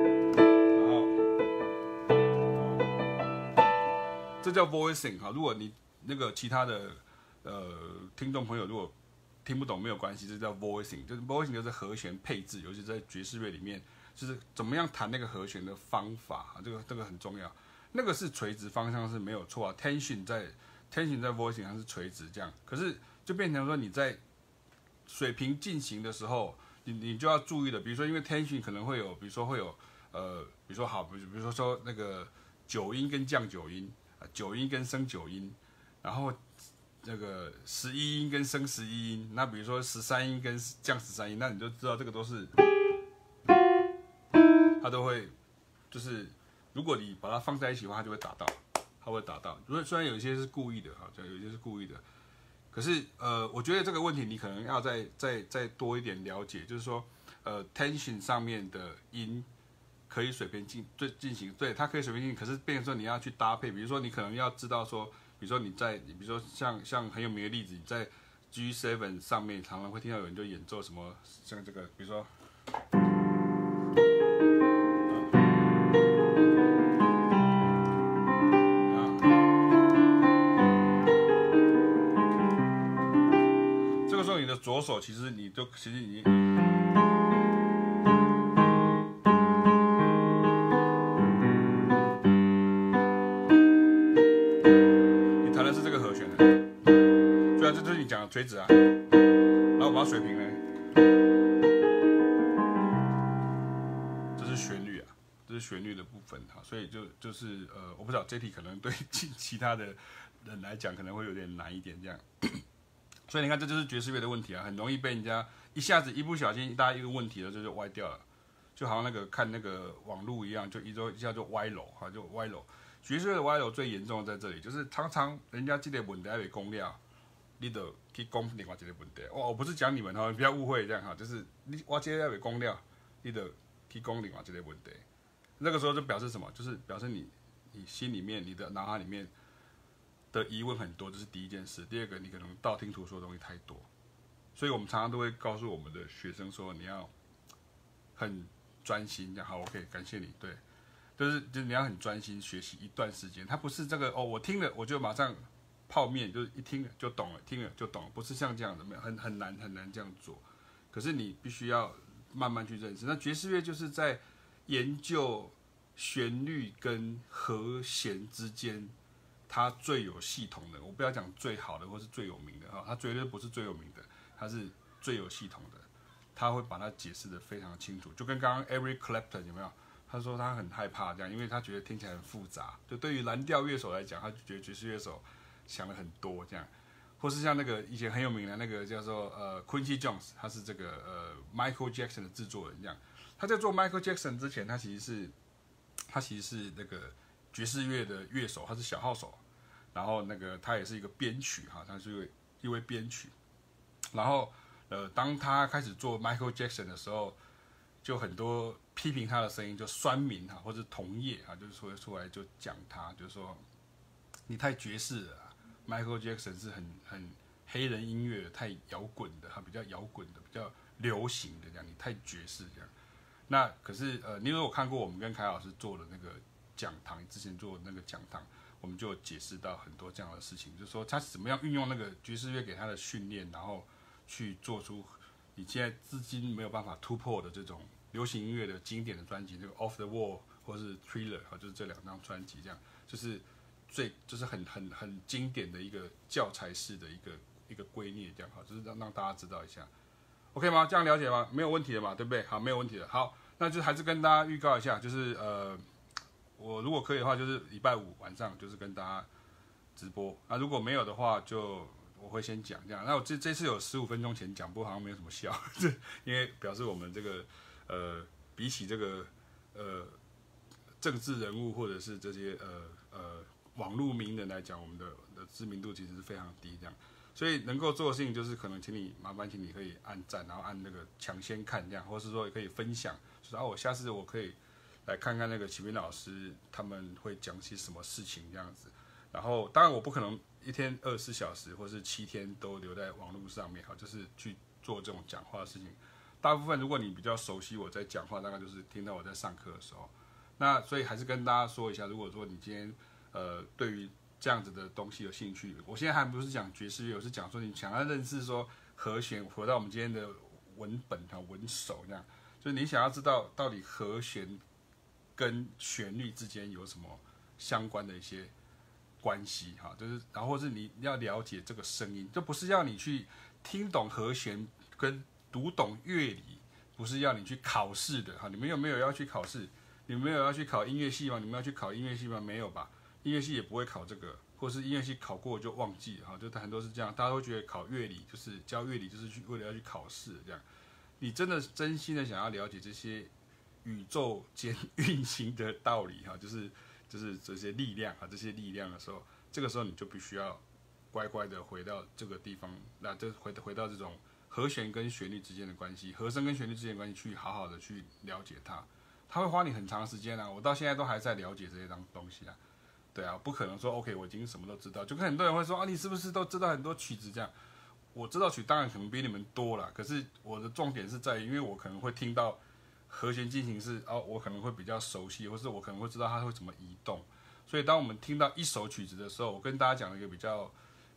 Speaker 1: 这叫 voicing 如果你那个其他的听众朋友如果听不懂没有关系，这叫 voicing， 就是 voicing 就是和弦配置，尤其在爵士乐里面，就是怎么样弹那个和弦的方法这个很重要。那个是垂直方向是没有错tension 在 voicing 上是垂直这样，可是就变成说你在水平进行的时候，你就要注意的，比如说因为 tension 可能会有，比如说那个9音跟降9音，9音跟升9音，然后那个11音跟升11音，那比如说13音跟降13音，那你就知道这个都是它都会就是。如果你把它放在一起的话，它就会打到，它会打到。虽然有一些是故意的有一些是故意的，可是我觉得这个问题你可能要再多一点了解，就是说tension 上面的音可以水平进行，对，它可以水平进行，可是变成说你要去搭配，比如说你可能要知道说，比如说比如说像很有名的例子，你在 G7 上面常常会听到有人就演奏什么像这个，比如说。你的左手其实已经，你弹的是这个和弦的，对这就是你讲的垂直然后我把它水平呢，这是旋律这是旋律的部分所以就是我不知道这题可能对其他的人来讲可能会有点难一点这样。所以你看，这就是爵士乐的问题很容易被人家一下子一不小心，大家一个问题了，就歪掉了，就好像那个看那个网路一样，就一下就歪楼就歪楼。爵士乐的歪楼最严重的在这里，就是常常人家这个问题还没讲了，你就去讲另外一个问题。我不是讲你们你不要误会这样就是我这个还没讲了，你就去讲另外一个问题。那个时候就表示什么？就是表示你心里面、你的脑海里面。的疑问很多，这是第一件事。第二个，你可能道听途说的东西太多，所以我们常常都会告诉我们的学生说，你要很专心。这样好 ，OK， 感谢你。对，就是你要很专心学习一段时间。它不是这个我听了我就马上泡面，就是一听了就懂了，听了就懂了，不是像这样的，很难这样做。可是你必须要慢慢去认识。那爵士乐就是在研究旋律跟和弦之间。它最有系统的，我不要讲最好的或是最有名的它绝对不是最有名的，它是最有系统的，他会把它解释得非常清楚。就跟刚刚 Eric Clapton 有没有？他说他很害怕这样，因为他觉得听起来很复杂。就对于蓝调乐手来讲，他就觉得爵士乐手想了很多这样。或是像那个以前很有名的那个叫做Quincy Jones， 他是这个Michael Jackson 的制作人这样。他在做 Michael Jackson 之前，他其实是那个爵士乐的乐手，他是小号手。然后那个他也是一个编曲哈，他是一位编曲。然后当他开始做 Michael Jackson 的时候，就很多批评他的声音，就酸民哈或者同业哈，就是说出来就讲他，就是说你太爵士了。Michael Jackson 是很黑人音乐，太摇滚的，他比较摇滚的，比较流行的这样，你太爵士这样。那可是你如果看过我们跟凯老师做的那个讲堂，之前做的那个讲堂，我们就有解释到很多这样的事情，就是说他怎么样运用那个爵士乐给他的训练，然后去做出你现在至今没有办法突破的这种流行音乐的经典的专辑，这个 Off the Wall 或是 Thriller 就是这2张专辑这样，就是很经典的一个教材式的一个归臬这样哈，就是让大家知道一下 ，OK 吗？这样了解吗？没有问题的嘛，对不对？好，没有问题的。好，那就还是跟大家预告一下，就是我如果可以的话，就是礼拜5晚上就是跟大家直播。那如果没有的话，就我会先讲这样。那我这次有15分钟前讲，不过好像没有什么效，因为表示我们这个比起这个政治人物或者是这些网络名人来讲，我们的知名度其实是非常低这样。所以能够做的事情就是可能麻烦请你可以按赞，然后按那个抢先看这样，或是说也可以分享，就是我下次我可以来看看那个启明老师他们会讲些什么事情这样子。然后当然我不可能一天24小时或是7天都留在网络上面，就是去做这种讲话的事情。大部分如果你比较熟悉我在讲话，大概就是听到我在上课的时候。那所以还是跟大家说一下，如果说你今天对于这样子的东西有兴趣，我现在还不是讲爵士乐，我是讲说你想要认识说和弦，回到我们今天的文本文手这样，就是你想要知道到底和弦跟旋律之间有什么相关的一些关系哈，就是然后或是你要了解这个声音，就不是要你去听懂和弦跟读懂乐理，不是要你去考试的哈。你们有没有要去考试？你们没有要去考音乐系吗？你们要去考音乐系吗？没有吧？音乐系也不会考这个，或是音乐系考过就忘记了哈，就很多是这样，大家都觉得考乐理就是教乐理就是为了要去考试这样。你真心的想要了解这些宇宙间运行的道理哈，就是这些力量啊，这些力量的时候，这个时候你就必须要乖乖的回到这个地方，那就回到这种和弦跟旋律之间的关系，和声跟旋律之间的关系，去好好的去了解它。它会花你很长时间啊，我到现在都还在了解这些东西啊。对啊，不可能说 OK 我已经什么都知道，就跟很多人会说啊，你是不是都知道很多曲子这样？我知道曲当然可能比你们多啦，可是我的重点是在于，因为我可能会听到和弦进行式我可能会比较熟悉，或是我可能会知道它会怎么移动。所以当我们听到一首曲子的时候，我跟大家讲了一个比较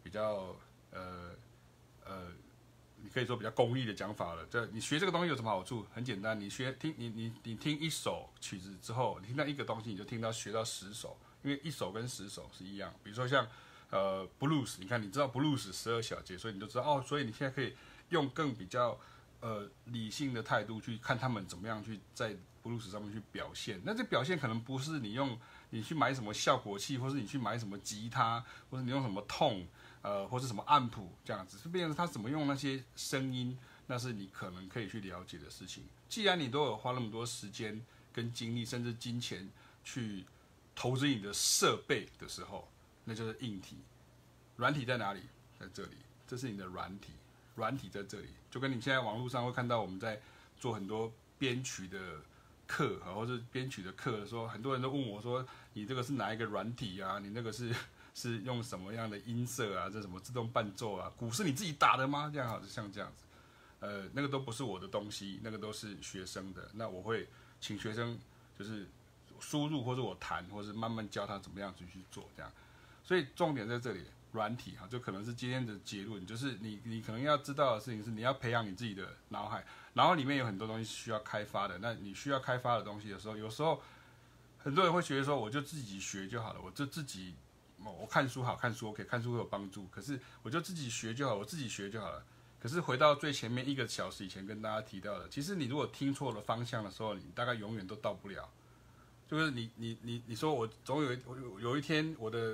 Speaker 1: 你可以说比较功利的讲法了。这你学这个东西有什么好处？很简单，你听一首曲子之后，你听到一个东西，你就学到10首，因为1首跟10首是一样。比如说像blues， 你知道 blues 12小节，所以你就知道所以你现在可以用更比较理性的态度去看他们怎么样去在 blues 上面去表现。那这表现可能不是你去买什么效果器，或是你去买什么吉他，或是你用什么痛。或是什么暗谱这样子，是变成他怎么用那些声音，那是你可能可以去了解的事情。既然你都有花那么多时间跟精力，甚至金钱去投资你的设备的时候，那就是硬体。软体在哪里？在这里，这是你的软体，软体在这里。就跟你现在网络上会看到我们在做很多编曲的课，或是编曲的课的时候，很多人都问我说：“你这个是哪一个软体啊？你那个是用什么样的音色啊？这什么自动伴奏啊？鼓是你自己打的吗？”这样好，像这样子，那个都不是我的东西，那个都是学生的。那我会请学生就是输入，或者我弹，或是慢慢教他怎么样去做这样。所以重点在这里，软体哈，就可能是今天的结论，就是你可能要知道的事情是，你要培养你自己的脑海，然后里面有很多东西需要开发的。那你需要开发的东西的时候，有时候很多人会觉得说，我就自己学就好了，我就自己。我看书好，看书 OK， 看书会有帮助。可是我就自己学就好，我自己学就好了。 可是回到最前面1个小时以前跟大家提到的，其实你如果听错了方向的时候，你大概永远都到不了。就是你说我总有一天我的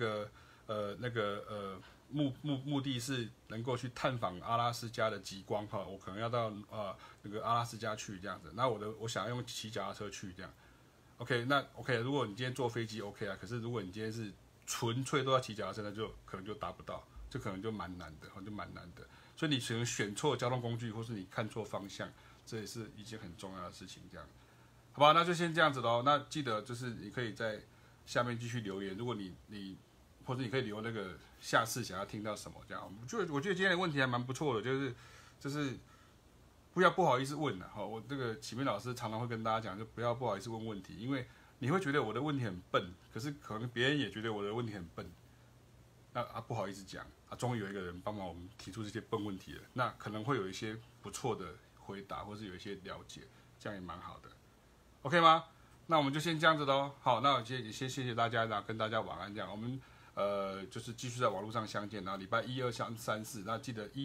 Speaker 1: 目的是能够去探访阿拉斯加的极光哈，我可能要到那个阿拉斯加去这样子。那我想要用骑脚踏车去这样。OK， 那 OK， 如果你今天坐飞机 OK 啊，可是如果你今天是纯粹都要骑脚踏车，那就可能就达不到，这可能就蛮难的，就蛮难的。所以你可能选错交通工具，或是你看错方向，这也是一件很重要的事情。这样，好吧？那就先这样子喽。那记得就是你可以在下面继续留言，如果你或者你可以留那个下次想要听到什么这样。我觉得今天的问题还蛮不错的，就是不要不好意思问了哈。我这个启明老师常常会跟大家讲，就不要不好意思问问题，因为你会觉得我的问题很笨，可是可能别人也觉得我的问题很笨，那不好意思讲终于有一个人帮忙我们提出这些笨问题了，那可能会有一些不错的回答，或是有一些了解，这样也蛮好的 ，OK 吗？那我们就先这样子喽。好，那先谢谢大家，那跟大家晚安这样。我们就是继续在网络上相见，然后礼拜1、2、3、4，那记得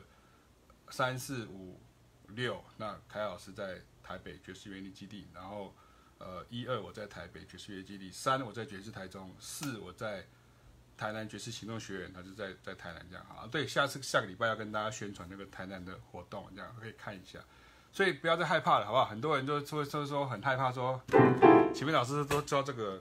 Speaker 1: 1、2、3、4、5、6，那凯老师在台北爵士乐基地，然后1、2我在台北爵士乐基地，3我在爵士台中，4我在台南爵士行动学院，他就在台南这样哈。对，下个礼拜要跟大家宣传那个台南的活动，这样可以看一下。所以不要再害怕了，好不好？很多人就说很害怕说，启明老师都教这个。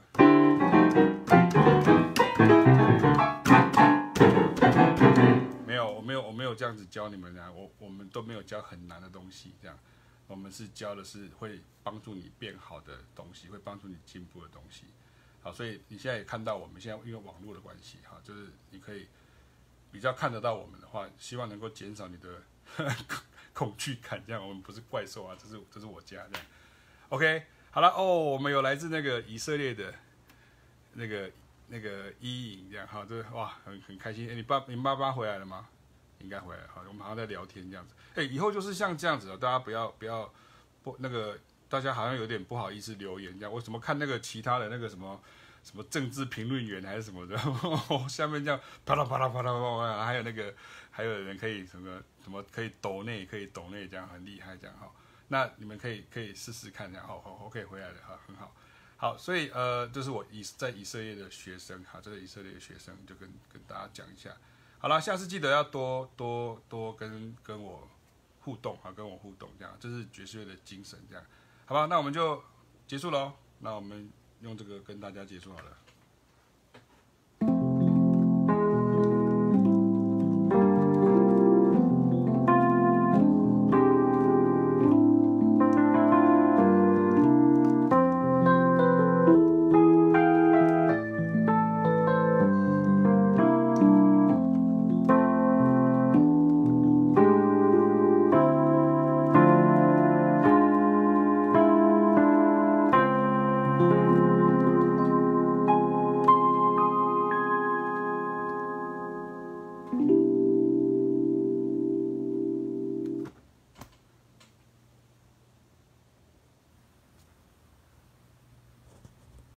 Speaker 1: 没有，我没有这样子教你们啊，我们都没有教很难的东西，这样，我们是教的是会帮助你变好的东西，会帮助你进步的东西。好，所以你现在也看到我们现在因为网络的关系，哈，就是你可以比较看得到我们的话，希望能够减少你的恐惧感，这样我们不是怪兽啊，这是我家这样。OK， 好了哦，我们有来自那个以色列的那个伊颖这样哈，这哇很开心。你爸爸回来了吗？应该回来了，好，我们好像在聊天这样子。以后就是像这样子大家不要那个。大家好像有点不好意思留言这样，我怎么看那个其他的那个什么政治评论员还是什么的，下面这样啪啦啪啦啪啦啪啦，还有人可以什么可以抖内这样很厉害这样哈，那你们可以试试看这样，OK 回来了哈，很好，好，所以这是我在以色列的学生哈，这是以色列的学生就跟大家讲一下，好了，下次记得要多跟我互动哈，跟我互动这样，这是爵士乐的精神这样。好吧，那我们就结束喽。那我们用这个跟大家结束好了。